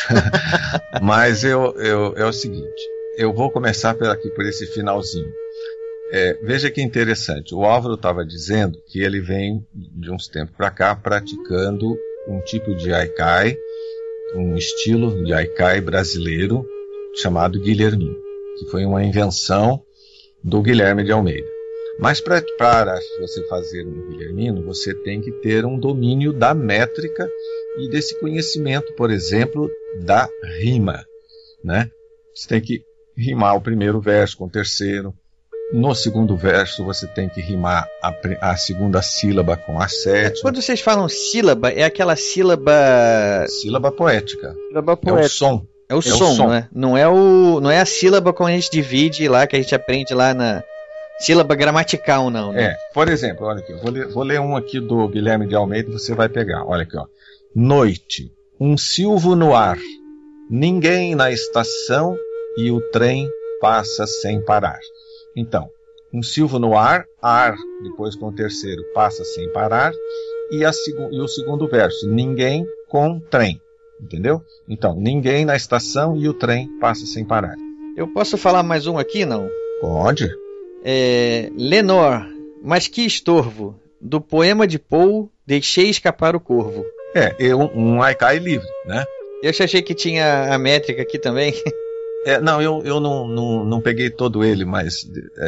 Mas é o seguinte, eu vou começar por esse finalzinho. Veja que interessante, o Álvaro estava dizendo que ele vem de uns tempos para cá praticando um tipo de haikai, um estilo de haikai brasileiro chamado Guilhermino, que foi uma invenção do Guilherme de Almeida. Mas para você fazer um Guilhermino, você tem que ter um domínio da métrica e desse conhecimento, por exemplo, da rima, né? Você tem que rimar o primeiro verso com o terceiro. No segundo verso, você tem que rimar a segunda sílaba com a sétima. Quando vocês falam sílaba, é aquela sílaba... Sílaba poética. Sílaba poética. É o som. É o som, né? Não é a sílaba como a gente divide lá, que a gente aprende lá na sílaba gramatical, não. Né? Por exemplo, olha aqui, vou ler um aqui do Guilherme de Almeida, você vai pegar. Olha aqui, ó. Noite, um silvo no ar, ninguém na estação e o trem passa sem parar. Então, um silvo no ar, depois com o terceiro passa sem parar, e o segundo verso, ninguém com trem, entendeu? Então, ninguém na estação e o trem passa sem parar. Eu posso falar mais um aqui, não? Pode. Lenor, mas que estorvo, do poema de Poe, Deixei Escapar o Corvo. Um haikai livre, né? Eu achei que tinha a métrica aqui também. Não, eu não peguei todo ele, mas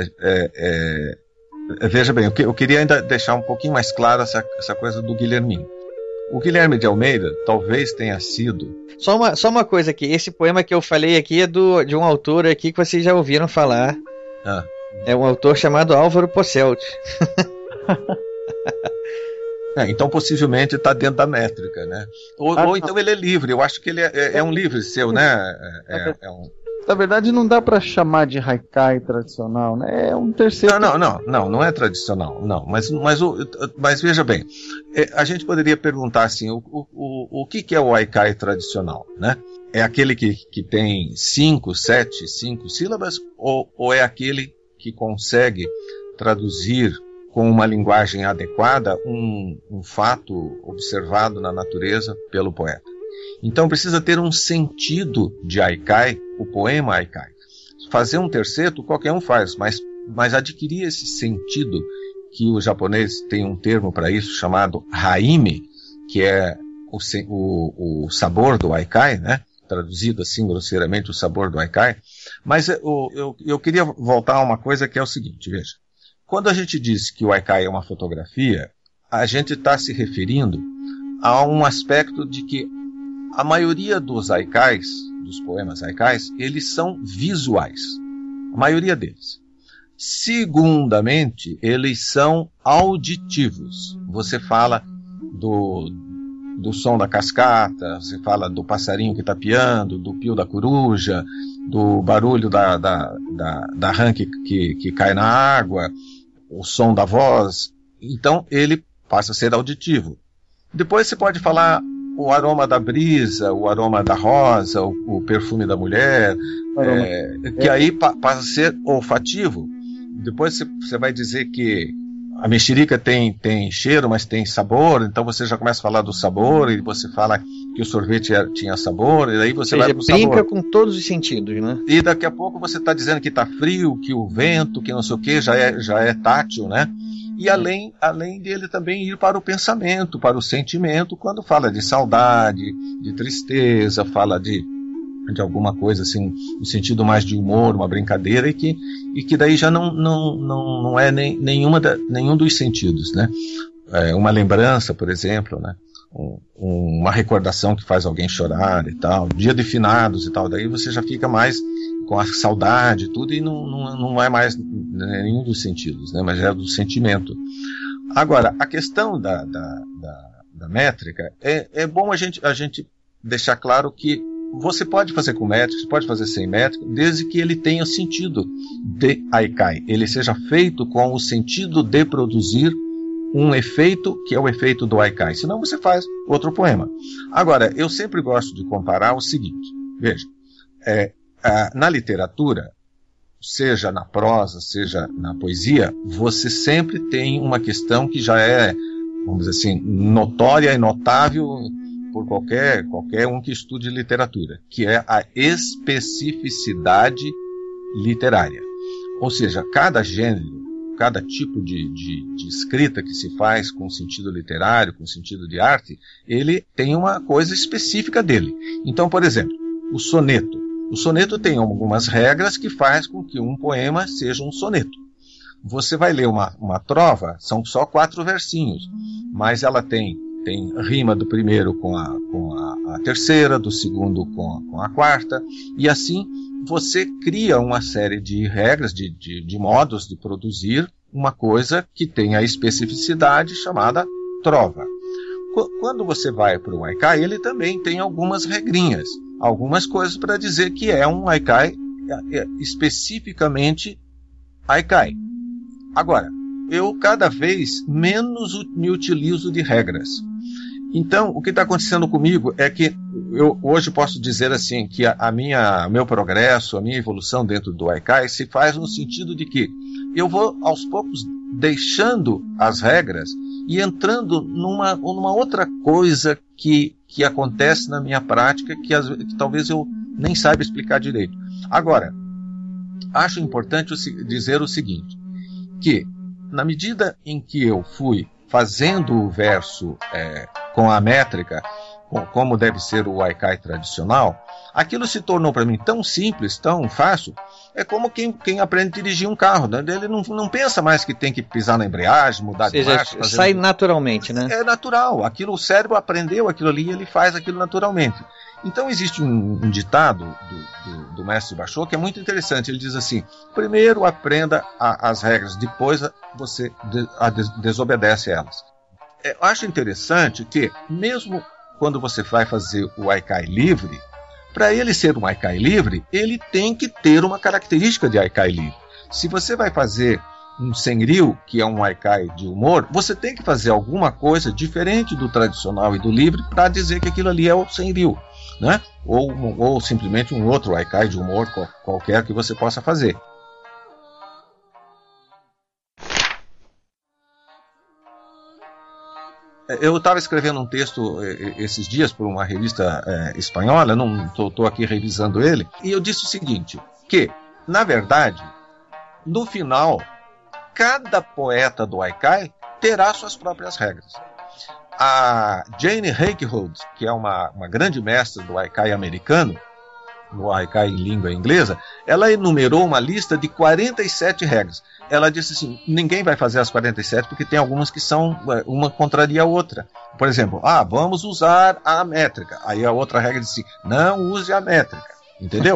veja bem, eu queria ainda deixar um pouquinho mais claro essa coisa do Guilherminho. O Guilherme de Almeida talvez tenha sido... Só uma coisa aqui, esse poema que eu falei aqui é de um autor aqui que vocês já ouviram falar. É um autor chamado Álvaro Posselt. Então possivelmente está dentro da métrica, né? Ou então ele é livre, eu acho que ele é um livre seu, né? Na verdade não dá para chamar de haikai tradicional, né? É um terceiro... Não é tradicional, não. Mas veja bem, a gente poderia perguntar assim, o que é o haikai tradicional, né? É aquele que tem 5 sílabas ou é aquele que consegue traduzir com uma linguagem adequada um fato observado na natureza pelo poeta? Então precisa ter um sentido de haikai, o poema haikai. Fazer um terceto qualquer um faz, mas adquirir esse sentido, que o japonês tem um termo para isso chamado haime, que é o sabor do haikai, né? Traduzido assim grosseiramente, o sabor do haikai. Mas eu queria voltar a uma coisa que é o seguinte, veja. Quando a gente diz que o haikai é uma fotografia, a gente está se referindo a um aspecto de que a maioria dos haikais, dos poemas haikais, eles são visuais. A maioria deles. Segundamente, eles são auditivos. Você fala do som da cascata, você fala do passarinho que está piando, do pio da coruja, do barulho da rã que cai na água, o som da voz. Então, ele passa a ser auditivo. Depois você pode falar o aroma da brisa, o aroma da rosa, o perfume da mulher, que aí passa a ser olfativo. Depois você vai dizer que a mexerica tem cheiro, mas tem sabor, então você já começa a falar do sabor, e você fala que o sorvete tinha sabor, e aí você vai pro sabor. Brinca com todos os sentidos, né? E daqui a pouco você está dizendo que está frio, que o vento, que não sei o que, já é tátil, né? E além dele também ir para o pensamento, para o sentimento, quando fala de saudade, de tristeza, fala de alguma coisa assim, no sentido mais de humor, uma brincadeira, e que daí já não é nenhum dos sentidos, né? Uma lembrança, por exemplo, né? Uma recordação que faz alguém chorar e tal, dia de finados e tal, daí você já fica mais com a saudade e tudo, e não é mais nenhum dos sentidos, né? Mas é do sentimento. Agora, a questão da métrica, é bom a gente deixar claro que você pode fazer com métrica, você pode fazer sem métrica, desde que ele tenha sentido de haikai, ele seja feito com o sentido de produzir um efeito que é o efeito do haikai, senão você faz outro poema. Agora, eu sempre gosto de comparar o seguinte, veja, na literatura, seja na prosa, seja na poesia, você sempre tem uma questão que já é, vamos dizer assim, notória e notável por qualquer um que estude literatura, que é a especificidade literária. Ou seja, cada gênero, cada tipo de escrita que se faz com sentido literário, com sentido de arte, ele tem uma coisa específica dele. Então, por exemplo, o soneto. O soneto tem algumas regras que faz com que um poema seja um soneto. Você vai ler uma trova, são só 4 versinhos, mas ela tem rima do primeiro com a terceira, do segundo com a quarta, e assim você cria uma série de regras, de modos de produzir uma coisa que tem a especificidade chamada trova. Quando você vai para o haikai, ele também tem algumas regrinhas, algumas coisas para dizer que é um haikai especificamente haikai. Agora, eu cada vez menos me utilizo de regras. Então, o que está acontecendo comigo é que eu hoje posso dizer assim, que meu progresso, a minha evolução dentro do Haikai se faz no sentido de que eu vou, aos poucos, deixando as regras e entrando numa outra coisa que acontece na minha prática que talvez eu nem saiba explicar direito. Agora, acho importante dizer o seguinte, que na medida em que eu fui fazendo o verso com a métrica, como deve ser o Haikai tradicional, aquilo se tornou para mim tão simples, tão fácil, é como quem aprende a dirigir um carro, né? Ele não pensa mais que tem que pisar na embreagem, mudar de marcha. Sai naturalmente, né? É natural, o cérebro aprendeu aquilo ali e ele faz aquilo naturalmente. Então existe um ditado do mestre Basho que é muito interessante. Ele diz assim: primeiro aprenda as regras, depois você desobedece elas. Eu acho interessante que, mesmo quando você vai fazer o Haikai livre, para ele ser um Haikai livre, ele tem que ter uma característica de Haikai livre. Se você vai fazer um Senryu, que é um Haikai de humor, você tem que fazer alguma coisa diferente do tradicional e do livre para dizer que aquilo ali é o Senryu, né? Ou simplesmente um outro Haikai de humor qualquer que você possa fazer. Eu estava escrevendo um texto esses dias por uma revista espanhola, não estou aqui revisando ele, e eu disse o seguinte, que, na verdade, no final, cada poeta do Haikai terá suas próprias regras. A Jane Hakehold, que é uma grande mestra do Haikai americano, no Haikai em língua inglesa, ela enumerou uma lista de 47 regras. Ela disse assim, ninguém vai fazer as 47 porque tem algumas que são, uma contraria a outra. Por exemplo, vamos usar a métrica. Aí a outra regra diz assim, não use a métrica. Entendeu?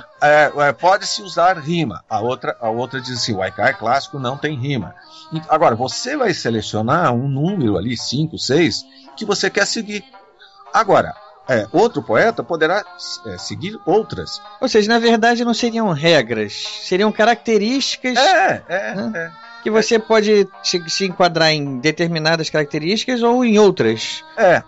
Pode-se usar rima. A outra diz assim, o Haikai clássico não tem rima. Agora, você vai selecionar um número ali, 5, 6, que você quer seguir. Agora, outro poeta poderá seguir outras. Ou seja, na verdade não seriam regras, seriam características que você pode se enquadrar em determinadas características ou em outras.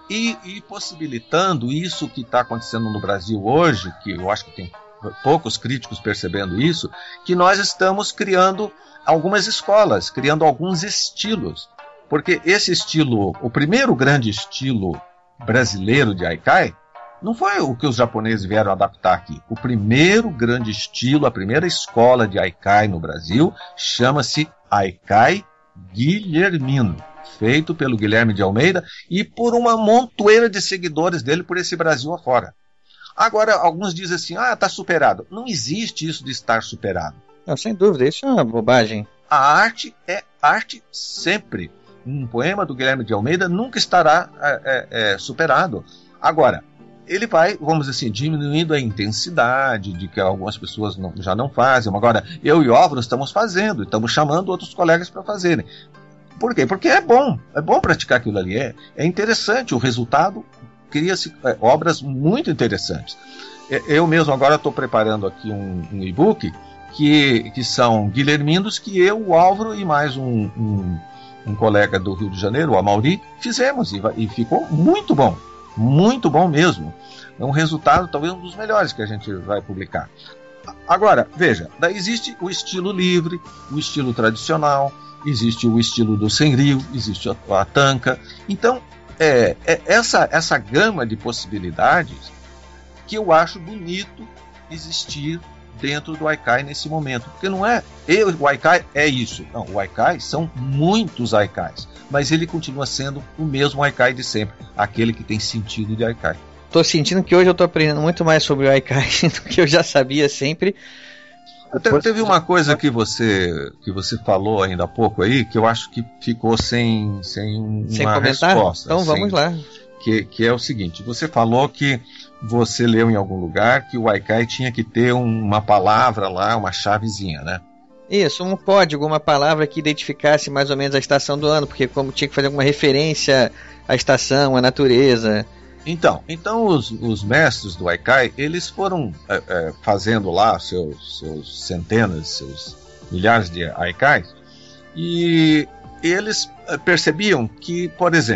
E possibilitando isso que está acontecendo no Brasil hoje, que eu acho que tem poucos críticos percebendo isso, que nós estamos criando algumas escolas, criando alguns estilos. Porque esse estilo, o primeiro grande estilo brasileiro de Haikai, não foi o que os japoneses vieram adaptar aqui. O primeiro grande estilo, a primeira escola de Haikai no Brasil, chama-se Haikai guilhermino, feito pelo Guilherme de Almeida e por uma montoeira de seguidores dele por esse Brasil afora. Agora, alguns dizem assim, está superado. Não existe isso de estar superado. Não, sem dúvida, isso é uma bobagem. A arte é arte sempre. Um poema do Guilherme de Almeida nunca estará superado. Agora, ele vai, vamos dizer assim, diminuindo a intensidade de que algumas pessoas já não fazem. Agora, eu e o Álvaro estamos fazendo, estamos chamando outros colegas para fazerem. Por quê? Porque é bom praticar aquilo ali. É interessante, o resultado cria-se obras muito interessantes. Eu mesmo agora estou preparando aqui um e-book que são guilherminos que eu, o Álvaro e mais um colega do Rio de Janeiro, o Amauri, fizemos e ficou muito bom mesmo. É um resultado talvez um dos melhores que a gente vai publicar. Agora, veja, daí existe o estilo livre, o estilo tradicional, existe o estilo do Senryu, existe a tanka. Então, essa gama de possibilidades que eu acho bonito existir dentro do Haikai nesse momento, porque não é o Haikai é isso, não, o Haikai são muitos Haikais, mas ele continua sendo o mesmo Haikai de sempre, aquele que tem sentido de Haikai. Tô sentindo que hoje eu tô aprendendo muito mais sobre o Haikai do que eu já sabia sempre. Teve uma coisa que você falou ainda há pouco aí, que eu acho que ficou sem uma comentar? Resposta. Então vamos lá. Que é o seguinte, você falou que você leu em algum lugar que o Haikai tinha que ter uma palavra lá, uma chavezinha, né? Isso, um código, uma palavra que identificasse mais ou menos a estação do ano, porque como tinha que fazer alguma referência à estação, à natureza. Então os mestres do Haikai, eles foram fazendo lá seus centenas, seus milhares de Haikais, e eles percebiam que, por exemplo,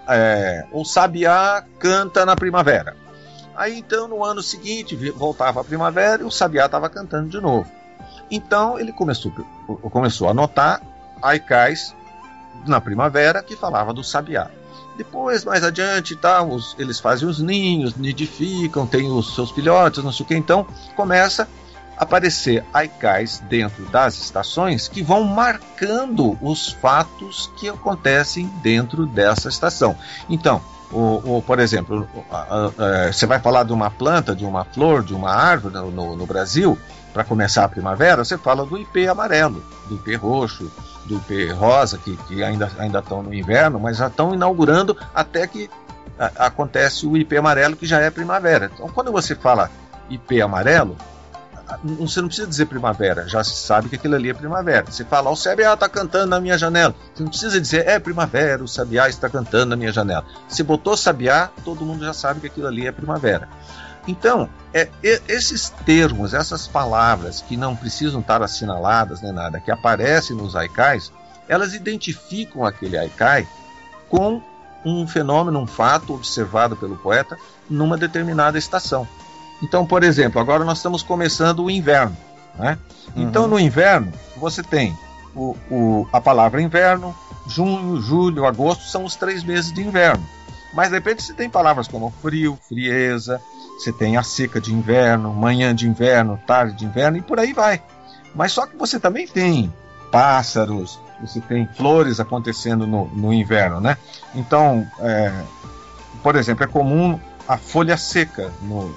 o sabiá canta na primavera. Aí então no ano seguinte voltava a primavera e o sabiá estava cantando de novo. Então ele começou a anotar haikais na primavera que falava do sabiá. Depois, mais adiante, eles fazem os ninhos, nidificam, têm os seus filhotes, não sei o que. Então começa a aparecer haikais dentro das estações que vão marcando os fatos que acontecem dentro dessa estação. Então, por exemplo, você vai falar de uma planta, de uma flor, de uma árvore no Brasil, para começar a primavera, você fala do ipê amarelo, do ipê roxo, do ipê rosa, que ainda estão no inverno, mas já estão inaugurando até que acontece o ipê amarelo, que já é primavera. Então, quando você fala ipê amarelo, você não precisa dizer primavera, já se sabe que aquilo ali é primavera. Você fala, o sabiá está cantando na minha janela. Você não precisa dizer, é primavera, o sabiá está cantando na minha janela. Se botou sabiá, todo mundo já sabe que aquilo ali é primavera. Então, esses termos, essas palavras que não precisam estar assinaladas nem nada, que aparecem nos haikais, elas identificam aquele haikai com um fenômeno, um fato observado pelo poeta numa determinada estação. Então, por exemplo, agora nós estamos começando o inverno, né? Então, no inverno, você tem a palavra inverno, junho, julho, agosto, são os 3 meses de inverno. Mas, de repente, você tem palavras como frio, frieza, você tem a seca de inverno, manhã de inverno, tarde de inverno, e por aí vai. Mas só que você também tem pássaros, você tem flores acontecendo no inverno, né? Então, por exemplo, é comum a folha seca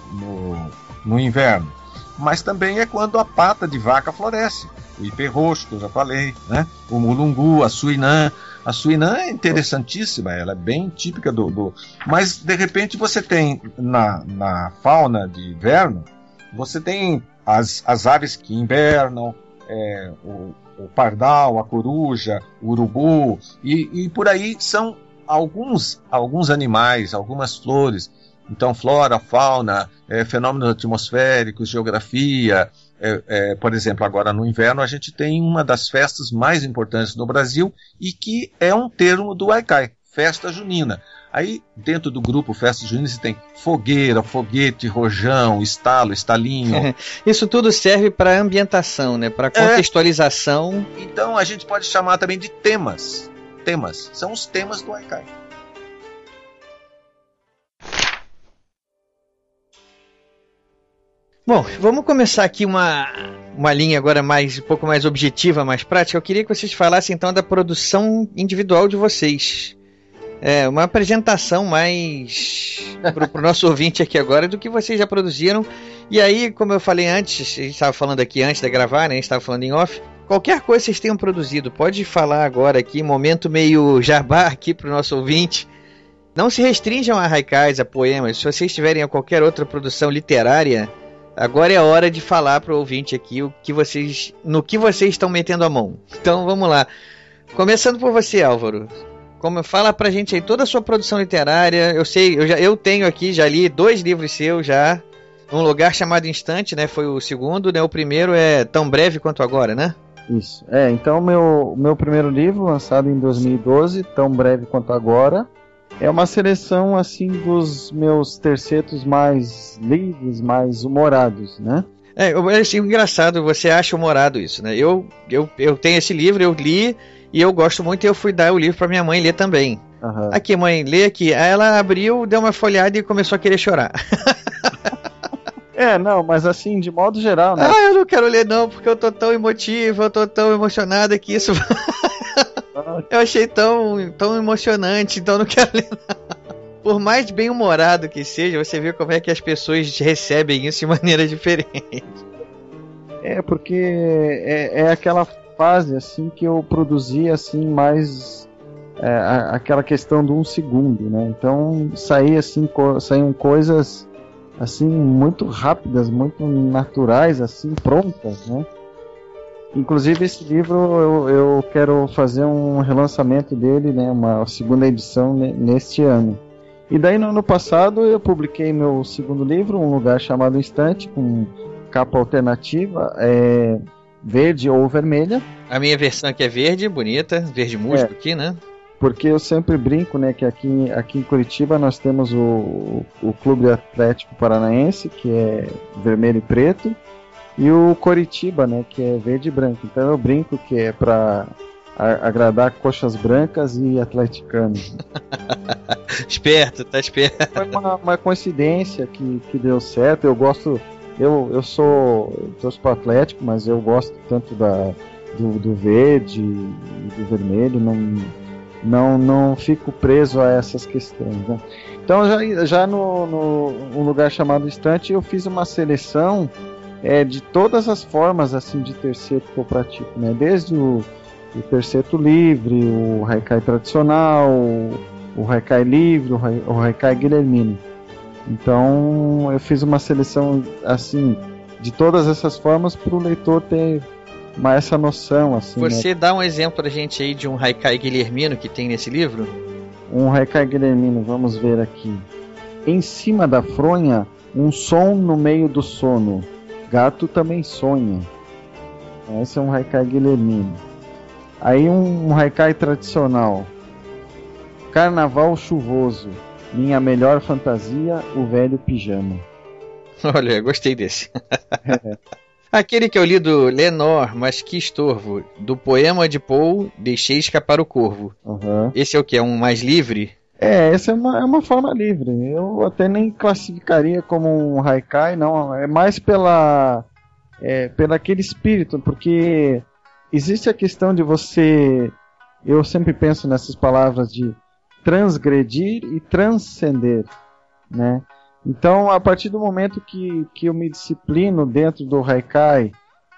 no inverno, mas também é quando a pata de vaca floresce, o ipê roxo, que eu já falei, né? O mulungu, a suinã. A suinã é interessantíssima, ela é bem típica mas de repente você tem na fauna de inverno, você tem as aves que invernam, o pardal, a coruja, o urubu, e por aí são alguns animais, algumas flores. Então, flora, fauna, fenômenos atmosféricos, geografia. Por exemplo, agora no inverno a gente tem uma das festas mais importantes no Brasil e que é um termo do haikai, festa junina. Aí, dentro do grupo Festa Junina, você tem fogueira, foguete, rojão, estalo, estalinho. Isso tudo serve para ambientação, né? Para contextualização. Então, a gente pode chamar também de temas. Temas. São os temas do haikai. Bom, vamos começar aqui uma linha agora um pouco mais objetiva, mais prática. Eu queria que vocês falassem então da produção individual de vocês. Uma apresentação mais para o nosso ouvinte aqui agora do que vocês já produziram. E aí, como eu falei antes, a gente estava falando aqui antes de gravar, né? A gente estava falando em off. Qualquer coisa que vocês tenham produzido, pode falar agora aqui, momento meio jabá aqui para o nosso ouvinte. Não se restringam a haikais, a poemas. Se vocês tiverem qualquer outra produção literária, agora é a hora de falar para o ouvinte aqui no que vocês estão metendo a mão. Então vamos lá. Começando por você, Álvaro. Fala pra gente aí toda a sua produção literária. Eu tenho aqui, já li 2 livros seus já. Um Lugar Chamado Instante, né? Foi o segundo, né? O primeiro é Tão Breve Quanto Agora, né? Isso. Então meu primeiro livro, lançado em 2012, Tão Breve Quanto Agora, é uma seleção assim dos meus tercetos mais livres, mais humorados, né? Eu achei engraçado, você acha humorado isso, né? Eu tenho esse livro, eu li e eu gosto muito e eu fui dar o livro pra minha mãe ler também. Uhum. Aqui, mãe, lê aqui. Aí ela abriu, deu uma folhada e começou a querer chorar. Não, mas assim, de modo geral, né? Eu não quero ler não, porque eu tô tão emotivo, eu tô tão emocionado que isso... Eu achei tão emocionante, então não quero ler nada. Por mais bem-humorado que seja, você vê como é que as pessoas recebem isso de maneira diferente. Porque é aquela fase assim que eu produzi assim mais aquela questão do 1 segundo, né? Então saíam coisas assim muito rápidas, muito naturais, assim prontas, né? Inclusive esse livro eu quero fazer um relançamento dele, né? Uma segunda edição neste ano. E daí no ano passado eu publiquei meu segundo livro, Um Lugar Chamado Instante, com capa alternativa, verde ou vermelha. A minha versão aqui é verde, bonita, verde musgo aqui, né? porque eu sempre brinco, né, que aqui em Curitiba nós temos o Clube Atlético Paranaense, que é vermelho e preto, e o Coritiba, né, que é verde e branco. Então eu brinco que é para agradar coxas brancas e atleticanos. Esperto, tá esperto. Foi uma coincidência que deu certo. Eu gosto, eu torço pro Atlético, mas eu gosto tanto do verde e do vermelho, não fico preso a essas questões, né? Então já no lugar chamado Estante eu fiz uma seleção de todas as formas assim de terceto que eu pratico, né? Desde o terceto livre, o haikai tradicional, o haikai livre, o haikai guilhermino. Então eu fiz uma seleção assim de todas essas formas para o leitor ter essa noção assim. Você, né? dá um exemplo pra gente aí de um haikai guilhermino que tem nesse livro? Um haikai guilhermino, vamos ver aqui. Em cima da fronha, um som no meio do sono. Gato também sonha. Esse é um haikai guilhermino. Aí um haikai tradicional. Carnaval chuvoso. Minha melhor fantasia, o velho pijama. Olha, gostei desse. Aquele que eu li do Lenor, mas que estorvo, do poema de Poe, Deixei Escapar o Corvo. Uhum. Esse é o que? É um mais livre? Essa é uma forma livre. Eu até nem classificaria como um haikai, não. É mais pelo aquele espírito, porque existe a questão de você... Eu sempre penso nessas palavras de transgredir e transcender, né? Então, a partir do momento que eu me disciplino dentro do haikai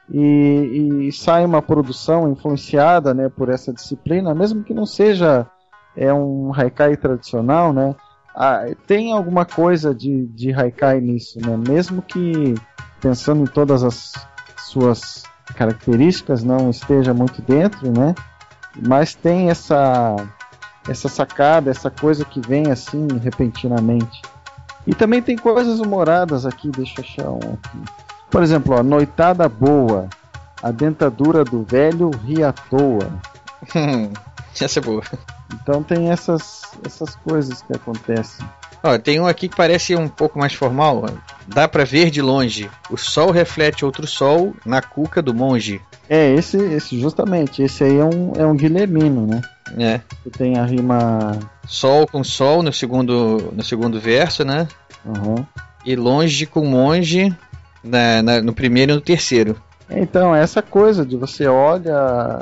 e sai uma produção influenciada, né, por essa disciplina, mesmo que não seja um haikai tradicional, né, tem alguma coisa de haikai nisso, né, mesmo que pensando em todas as suas características não esteja muito dentro, né, mas tem essa sacada, essa coisa que vem assim repentinamente. E também tem coisas humoradas aqui, deixa eu achar um aqui. Por exemplo, noitada boa, a dentadura do velho ri à toa. Essa é boa. Então tem essas coisas que acontecem. Ó, tem um aqui que parece um pouco mais formal. Dá pra ver de longe. O sol reflete outro sol na cuca do monge. Esse justamente. Esse aí é um guilhermino, né? É. Tem a rima... Sol com sol no segundo verso, né? Uhum. E longe com monge no primeiro e no terceiro. Então, essa coisa de você olha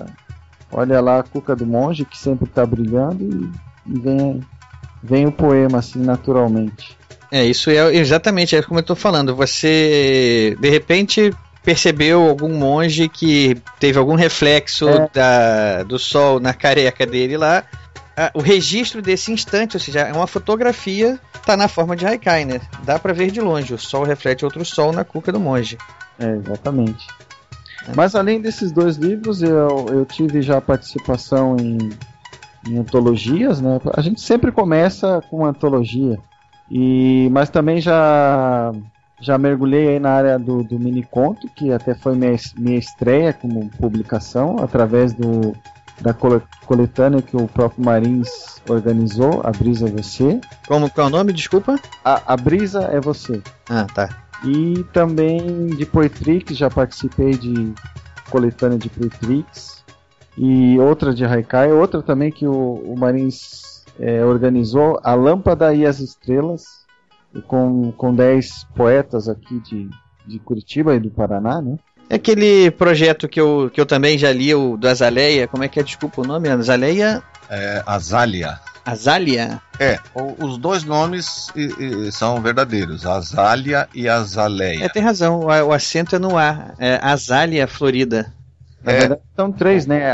lá a cuca do monge que sempre tá brilhando e vem o poema assim naturalmente. Isso é exatamente como eu tô falando. Você de repente percebeu algum monge que teve algum reflexo do sol na careca dele lá. O registro desse instante, ou seja, é uma fotografia, tá na forma de haikai, né? Dá pra ver de longe. O sol reflete outro sol na cuca do monge. Exatamente. Mas além desses dois livros, eu tive já participação em antologias, né? A gente sempre começa com uma antologia. Mas também já mergulhei aí na área do mini-conto, que até foi minha estreia como publicação, através da coletânea que o próprio Marins organizou, A Brisa é Você. Qual é o nome, desculpa? A Brisa é Você. Ah, tá. E também de Poetrix, já participei de coletânea de Poetrix. E outra de haikai, outra também que o Marins organizou, A Lâmpada e as Estrelas, com 10 poetas aqui de Curitiba e do Paraná, né? É aquele projeto que eu também já li, o do Azaleia. Como é que é? Desculpa o nome, Azaleia? Azália. Azália? Os dois nomes são verdadeiros, Azália e Azaleia. Tem razão, o acento é no A, Azália Florida. Na verdade são 3, né?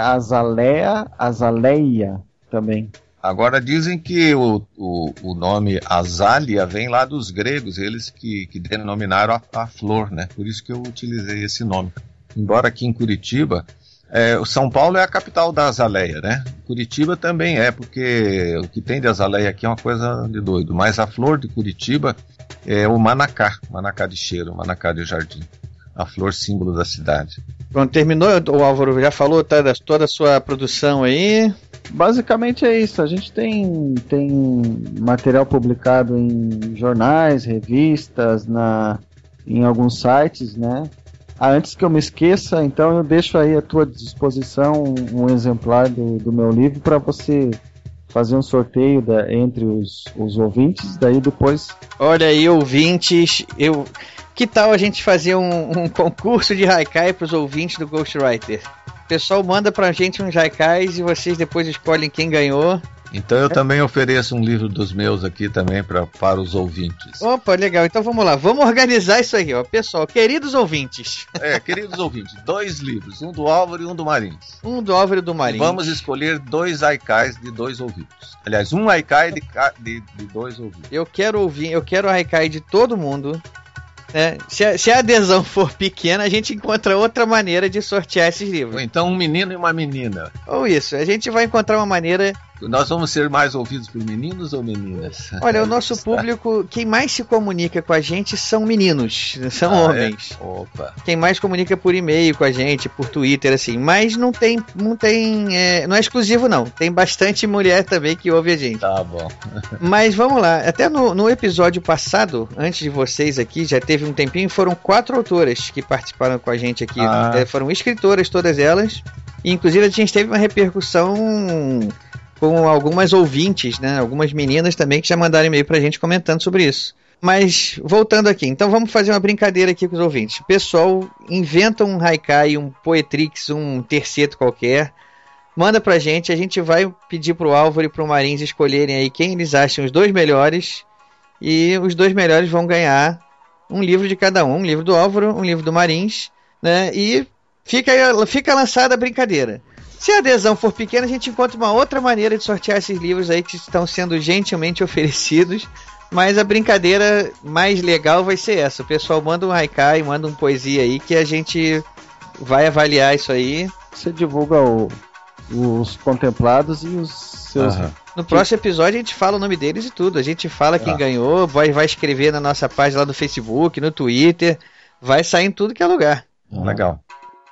Azaleia também. Agora dizem que o nome Azália vem lá dos gregos, eles que denominaram a flor, né? Por isso que eu utilizei esse nome. Embora aqui em Curitiba, o São Paulo é a capital da azaleia, né? Curitiba também porque o que tem de azaleia aqui é uma coisa de doido. Mas a flor de Curitiba é o manacá de cheiro, manacá de jardim. A flor símbolo da cidade. Pronto, terminou, o Álvaro já falou toda a sua produção aí. basicamente é isso. A gente tem material publicado em jornais, revistas, em alguns sites, né? Antes que eu me esqueça, então eu deixo aí à tua disposição um exemplar do meu livro para você fazer um sorteio entre os ouvintes, daí depois... Olha aí, ouvintes, que tal a gente fazer um concurso de haikai para os ouvintes do Ghostwriter? O pessoal manda pra gente uns haikais e vocês depois escolhem quem ganhou. Então eu também ofereço um livro dos meus aqui também para os ouvintes. Opa, legal. Então vamos lá. Vamos organizar isso aí, ó. Pessoal, queridos ouvintes. Queridos ouvintes, 2 livros. Um do Álvaro e um do Marins. Um do Álvaro e do Marins. E vamos escolher 2 haikais de 2 ouvintes. Aliás, um haikai de 2 ouvintes. Eu quero o haikai de todo mundo. Se a adesão for pequena, a gente encontra outra maneira de sortear esses livros. Ou então um menino e uma menina. Ou isso, a gente vai encontrar uma maneira... Nós vamos ser mais ouvidos por meninos ou meninas? Olha, o nosso público, quem mais se comunica com a gente são meninos, são homens. Opa. Quem mais comunica por e-mail com a gente, por Twitter, assim. Mas não é exclusivo não. Tem bastante mulher também que ouve a gente. Tá bom. Mas vamos lá. Até no episódio passado, antes de vocês aqui, já teve um tempinho, foram 4 autoras que participaram com a gente aqui. Foram escritoras todas elas. E, inclusive a gente teve uma repercussão com algumas ouvintes, né? Algumas meninas também que já mandaram e-mail pra gente comentando sobre isso. Mas, voltando aqui, então vamos fazer uma brincadeira aqui com os ouvintes. O pessoal inventa um haikai, um poetrix, um terceto qualquer, manda pra gente, a gente vai pedir pro Álvaro e pro Marins escolherem aí quem eles acham os 2 melhores, e os 2 melhores vão ganhar um livro de cada um livro do Álvaro, um livro do Marins, né? E fica lançada a brincadeira. Se a adesão for pequena, a gente encontra uma outra maneira de sortear esses livros aí que estão sendo gentilmente oferecidos. Mas a brincadeira mais legal vai ser essa. O pessoal manda um haikai, manda uma poesia aí que a gente vai avaliar isso aí. Você divulga os contemplados e os seus... No próximo episódio a gente fala o nome deles e tudo. A gente fala quem ganhou, vai escrever na nossa página lá do Facebook, no Twitter. Vai sair em tudo que é lugar. Legal.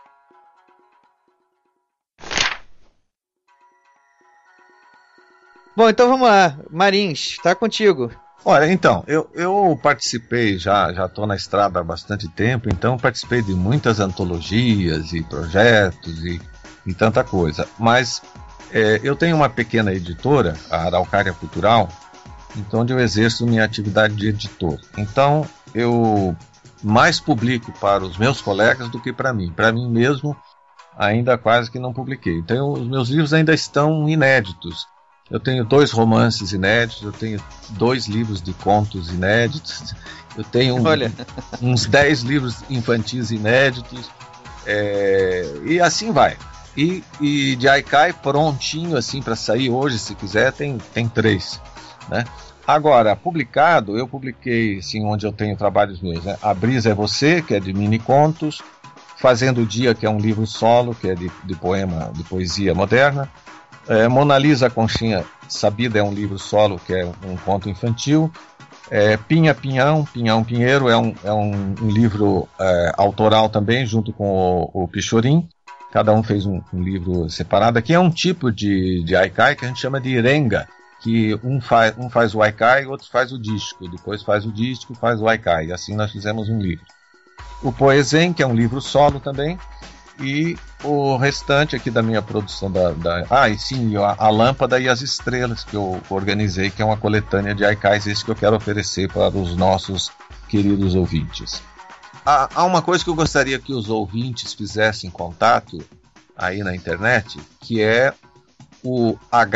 Bom, então vamos lá. Marins, tá contigo. Olha, então, eu participei, já estou na estrada há bastante tempo, então participei de muitas antologias e projetos e tanta coisa. Mas eu tenho uma pequena editora, a Araucária Cultural, então onde eu exerço minha atividade de editor. Então eu mais publico para os meus colegas do que para mim. Para mim mesmo, ainda quase que não publiquei. Então os meus livros ainda estão inéditos. Eu tenho 2 romances inéditos, eu tenho 2 livros de contos inéditos, eu tenho uns 10 livros infantis inéditos, e assim vai. E de haikai prontinho assim para sair hoje, se quiser, tem 3, né? Agora, publicado, eu publiquei assim, onde eu tenho trabalhos meus, né? A Brisa é Você, que é de mini contos, Fazendo o Dia, que é um livro solo, que é de poesia moderna, Mona Lisa Conchinha Sabida é um livro solo, que é um conto infantil, Pinha Pinhão, Pinhão Pinheiro é um livro autoral também, junto com o Pichorim. Cada um fez um livro separado. Aqui é um tipo de haikai que a gente chama de irenga, que um faz o haikai e outro faz o dístico, depois faz o dístico e faz o haikai, e assim nós fizemos um livro. O Poesen, que é um livro solo também, e o restante aqui da minha produção e sim, a Lâmpada e as Estrelas, que eu organizei, que é uma coletânea de haikais, esse que eu quero oferecer para os nossos queridos ouvintes. Há uma coisa que eu gostaria que os ouvintes fizessem contato aí na internet, que é o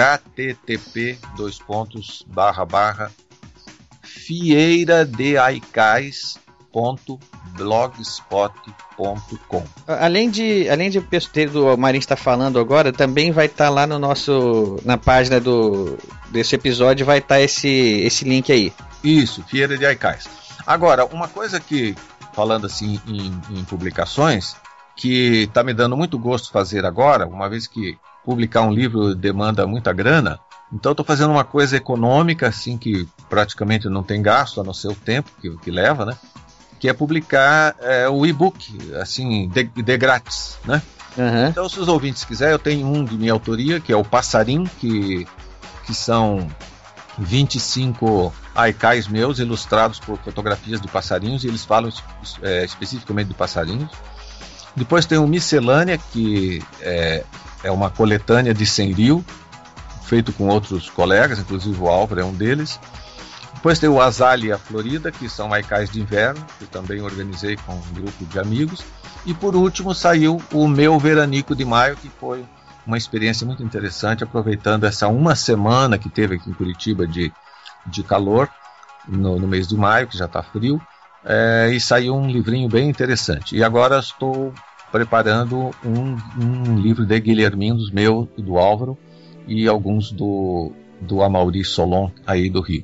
http://fieiradehaikai.blogspot.com. Além de do Marins estar falando agora, também vai estar lá na página desse episódio, vai estar esse link aí. Isso, Feira de Haikais. Agora, uma coisa que, falando assim em publicações, que está me dando muito gosto fazer agora, uma vez que publicar um livro demanda muita grana, então estou fazendo uma coisa econômica, assim, que praticamente não tem gasto, a não ser o tempo que leva, né? Que é publicar o e-book, assim, de grátis, né? Então, se os ouvintes quiserem, eu tenho um de minha autoria, que é o Passarim, que são 25 haikais meus, ilustrados por fotografias de passarinhos, e eles falam especificamente de passarinhos. Depois tem o Miscelânea, que é uma coletânea de Senryu, feito com outros colegas, inclusive o Álvaro é um deles. Depois tem o Azalea Florida, que são haikais de inverno, que também organizei com um grupo de amigos. E por último saiu o meu Veranico de Maio, que foi uma experiência muito interessante, aproveitando essa uma semana que teve aqui em Curitiba de calor, no mês de maio, que já está frio, e saiu um livrinho bem interessante. E agora estou preparando um livro de Guilhermindos, meu e do Álvaro, e alguns do Amaury Solon, aí do Rio.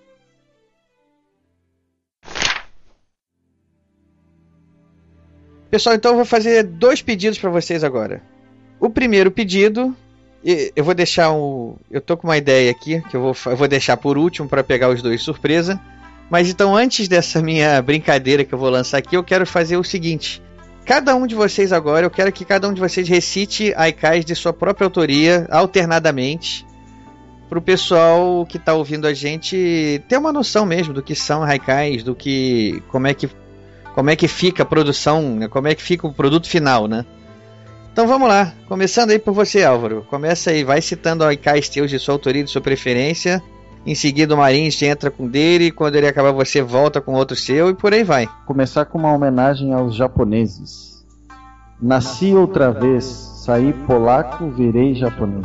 Pessoal, então eu vou fazer 2 pedidos para vocês agora. O primeiro pedido, eu vou deixar eu tô com uma ideia aqui, que eu vou deixar por último para pegar os 2 surpresa. Mas então, antes dessa minha brincadeira que eu vou lançar aqui, eu quero fazer o seguinte. Cada um de vocês agora, eu quero que cada um de vocês recite haikais de sua própria autoria, alternadamente, para o pessoal que está ouvindo a gente ter uma noção mesmo do que são haikais, como é que fica a produção, né? Como é que fica o produto final, né? Então vamos lá, começando aí por você, Álvaro. Começa aí, vai citando haikais teus de sua autoria e de sua preferência. Em seguida o Marins entra com dele, quando ele acabar você volta com outro seu e por aí vai. Começar com uma homenagem aos japoneses. Nasci outra vez, saí polaco, virei japonês.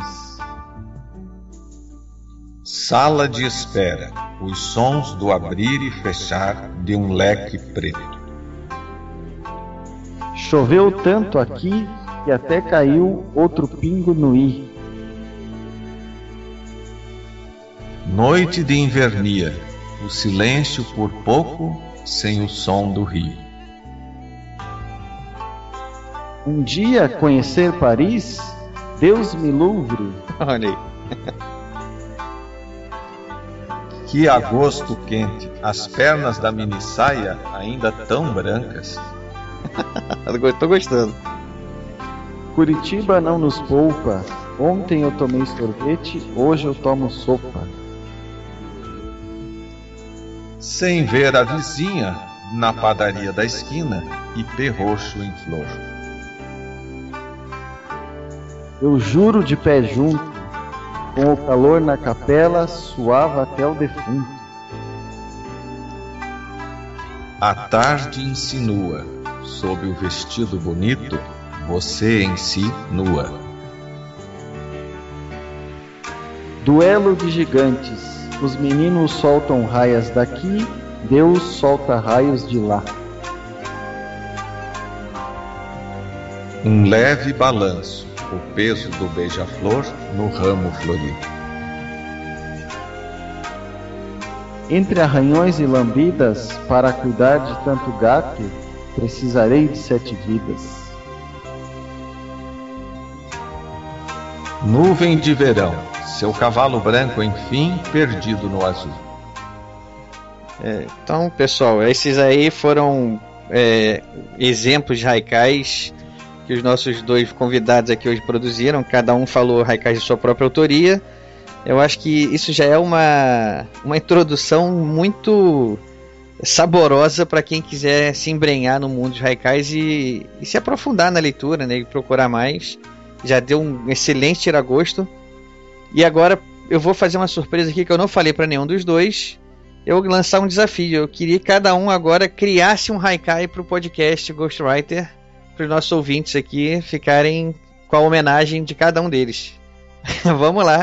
Sala de espera, os sons do abrir e fechar de um leque preto. Choveu tanto aqui que até caiu outro pingo no i. Noite de invernia, o silêncio por pouco sem o som do rio. Um dia conhecer Paris, Deus me livre. Olha aí. Que agosto quente, as pernas da minissaia ainda tão brancas. Tô gostando. Curitiba não nos poupa. Ontem eu tomei sorvete, hoje eu tomo sopa. Sem ver a vizinha na padaria da esquina, ipê roxo em flor. Eu juro de pé junto, com o calor na capela, suava até o defunto. A tarde insinua, sob o vestido bonito, você em si nua. Duelo de gigantes, os meninos soltam raias daqui, Deus solta raios de lá. Um leve balanço, o peso do beija-flor no ramo florido. Entre arranhões e lambidas, para cuidar de tanto gato, precisarei de 7 vidas. Nuvem de verão, seu cavalo branco enfim perdido no azul. Então, pessoal, esses aí foram exemplos de haikais que os nossos 2 convidados aqui hoje produziram. Cada um falou haikais de sua própria autoria. Eu acho que isso já é uma introdução muito saborosa para quem quiser se embrenhar no mundo de haikais e se aprofundar na leitura, né, e procurar mais. Já deu um excelente tiragosto. E agora eu vou fazer uma surpresa aqui que eu não falei para nenhum dos 2. Eu vou lançar um desafio. Eu queria que cada um agora criasse um haikai para o podcast Ghostwriter, para os nossos ouvintes aqui ficarem com a homenagem de cada um deles. Vamos lá.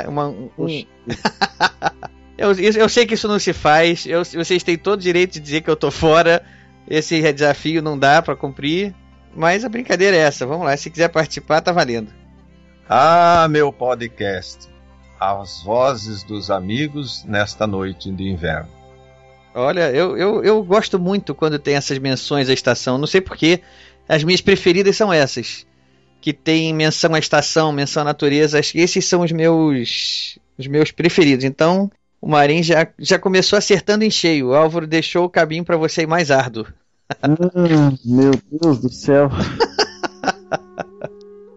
Eu sei que isso não se faz. Vocês têm todo o direito de dizer que eu tô fora. Esse desafio não dá para cumprir. Mas a brincadeira é essa. Vamos lá. Se quiser participar, tá valendo. Ah, meu podcast. As vozes dos amigos nesta noite de inverno. Olha, eu gosto muito quando tem essas menções à estação. Não sei porquê. As minhas preferidas são essas. Que tem menção à estação, menção à natureza. Acho que esses são os meus preferidos. Então, o Marim já começou acertando em cheio. O Álvaro deixou o caminho para você ir mais árduo. Meu Deus do céu.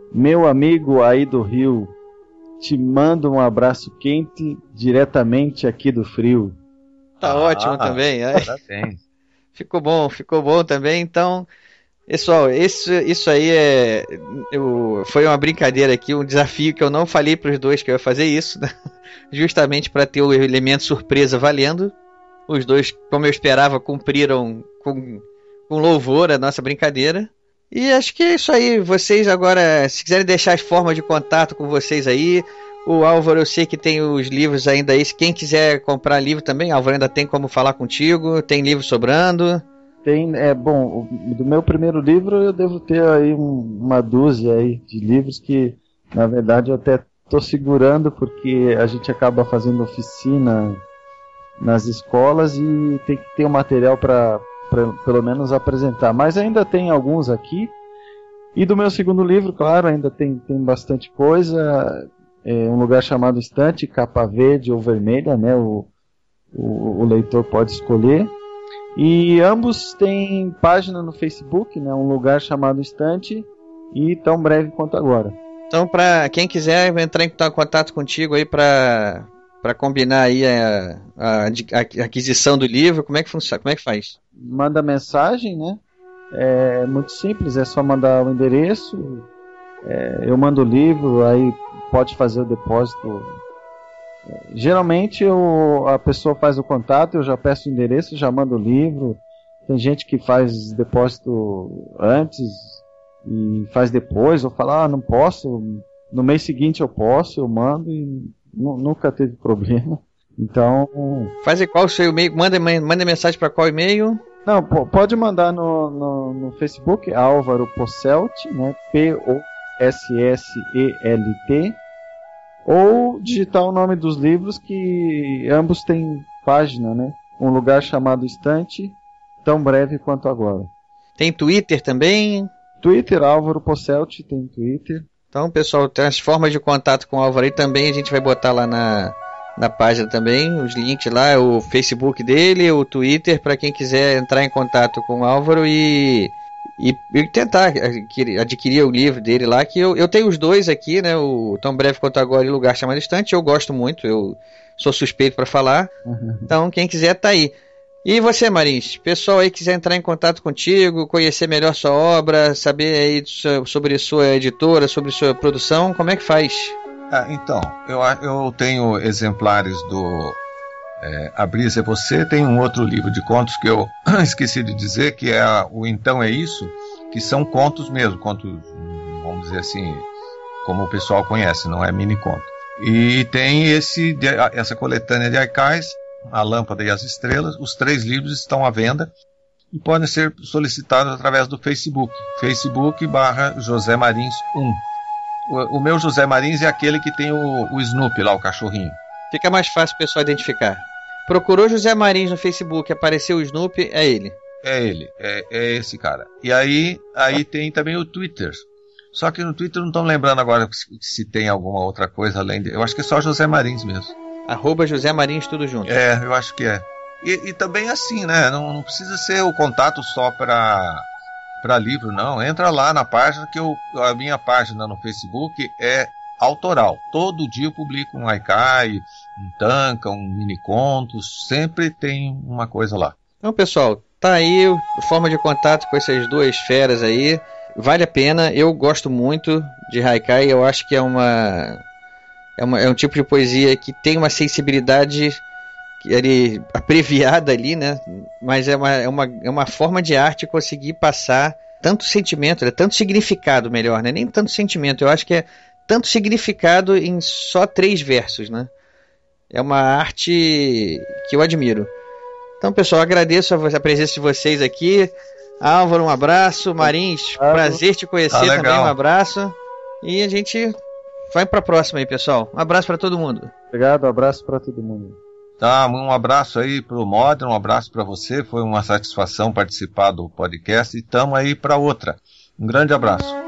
Meu amigo aí do Rio, te mando um abraço quente diretamente aqui do frio. Tá ótimo também. Parabéns. Ficou bom também. Então, pessoal, isso aí foi uma brincadeira aqui, um desafio que eu não falei para os dois que eu ia fazer isso, né? Justamente para ter o elemento surpresa valendo. Os dois, como eu esperava, cumpriram com louvor a nossa brincadeira. E acho que é isso aí. Vocês agora, se quiserem deixar as formas de contato com vocês aí, o Álvaro, eu sei que tem os livros ainda aí. Se quem quiser comprar livro também, Álvaro, ainda tem como falar contigo? Tem livro sobrando? Tem, bom, do meu primeiro livro eu devo ter aí uma dúzia aí de livros que, na verdade, eu até estou segurando porque a gente acaba fazendo oficina nas escolas e tem que ter um material para pelo menos apresentar. Mas ainda tem alguns aqui. E do meu segundo livro, claro, ainda tem bastante coisa. Um lugar chamado Estante, capa verde ou vermelha, né? O leitor pode escolher. E ambos têm página no Facebook, né? Um lugar chamado Estante e Tão Breve Quanto Agora. Então, para quem quiser entrar em contato contigo aí para combinar aí a aquisição do livro, como é que funciona? Como é que faz? Manda mensagem, né? É muito simples, é só mandar o endereço. Eu mando o livro, aí pode fazer o depósito. Geralmente a pessoa faz o contato, eu já peço o endereço, já mando o livro. Tem gente que faz depósito antes e faz depois, ou fala, não posso, no mês seguinte eu posso, eu mando e nunca teve problema. Então... Faz qual o seu e-mail? Manda mensagem para qual e-mail? Não, pode mandar no Facebook, Álvaro Posselt, né? P-O-S-S-E-L-T, ou digitar o nome dos livros, que ambos têm página, né? Um lugar chamado Estante, Tão Breve Quanto Agora. Tem Twitter também? Twitter, Álvaro Posselt, tem Twitter. Então, pessoal, tem as formas de contato com o Álvaro aí também, a gente vai botar lá na página também, os links lá, o Facebook dele, o Twitter, para quem quiser entrar em contato com o Álvaro e tentar adquirir o livro dele lá, que eu tenho os dois aqui, né, o Tão Breve Quanto Agora e o Lugar Chamado Estante, eu gosto muito, eu sou suspeito para falar, então quem quiser tá aí. E você, Marins, pessoal aí quiser entrar em contato contigo, conhecer melhor sua obra, saber aí sobre sua editora, sobre sua produção, como é que faz? Então, eu tenho exemplares do A Brisa é Você, tem um outro livro de contos que eu esqueci de dizer, que é o Então É Isso, que são contos mesmo, contos, vamos dizer assim, como o pessoal conhece, não é mini conto. E tem essa coletânea de haikais, A Lâmpada e as Estrelas. Os 3 livros estão à venda e podem ser solicitados através do Facebook, Facebook/José Marins 1. O meu José Marins é aquele que tem o Snoopy lá, o cachorrinho. Fica mais fácil o pessoal identificar. Procurou José Marins no Facebook, apareceu o Snoopy, é ele. É ele, é esse cara. E aí tem também o Twitter. Só que no Twitter não estou lembrando agora se tem alguma outra coisa além de... Eu acho que é só José Marins mesmo. @José Marins, tudo junto. Eu acho que é. E também assim, né? Não precisa ser o contato só para livro, não. Entra lá na página, que a minha página no Facebook é autoral. Todo dia eu publico um haikai, um tanka, um mini contos, sempre tem uma coisa lá. Então, pessoal, tá aí a forma de contato com essas duas feras aí. Vale a pena, eu gosto muito de haikai, eu acho que é um tipo de poesia que tem uma sensibilidade abreviada ali, né? Mas é uma forma de arte conseguir passar tanto sentimento, tanto significado, melhor, né? Nem tanto sentimento, eu acho que é tanto significado em só 3 versos, né? É uma arte que eu admiro. Então, pessoal, agradeço a presença de vocês aqui. Álvaro, um abraço. Marins, prazer te conhecer também, um abraço. E a gente vai para a próxima aí, pessoal. Um abraço para todo mundo. Obrigado, um abraço para todo mundo. Tá, um abraço aí pro Modern, um abraço para você. Foi uma satisfação participar do podcast e estamos aí para outra. Um grande abraço.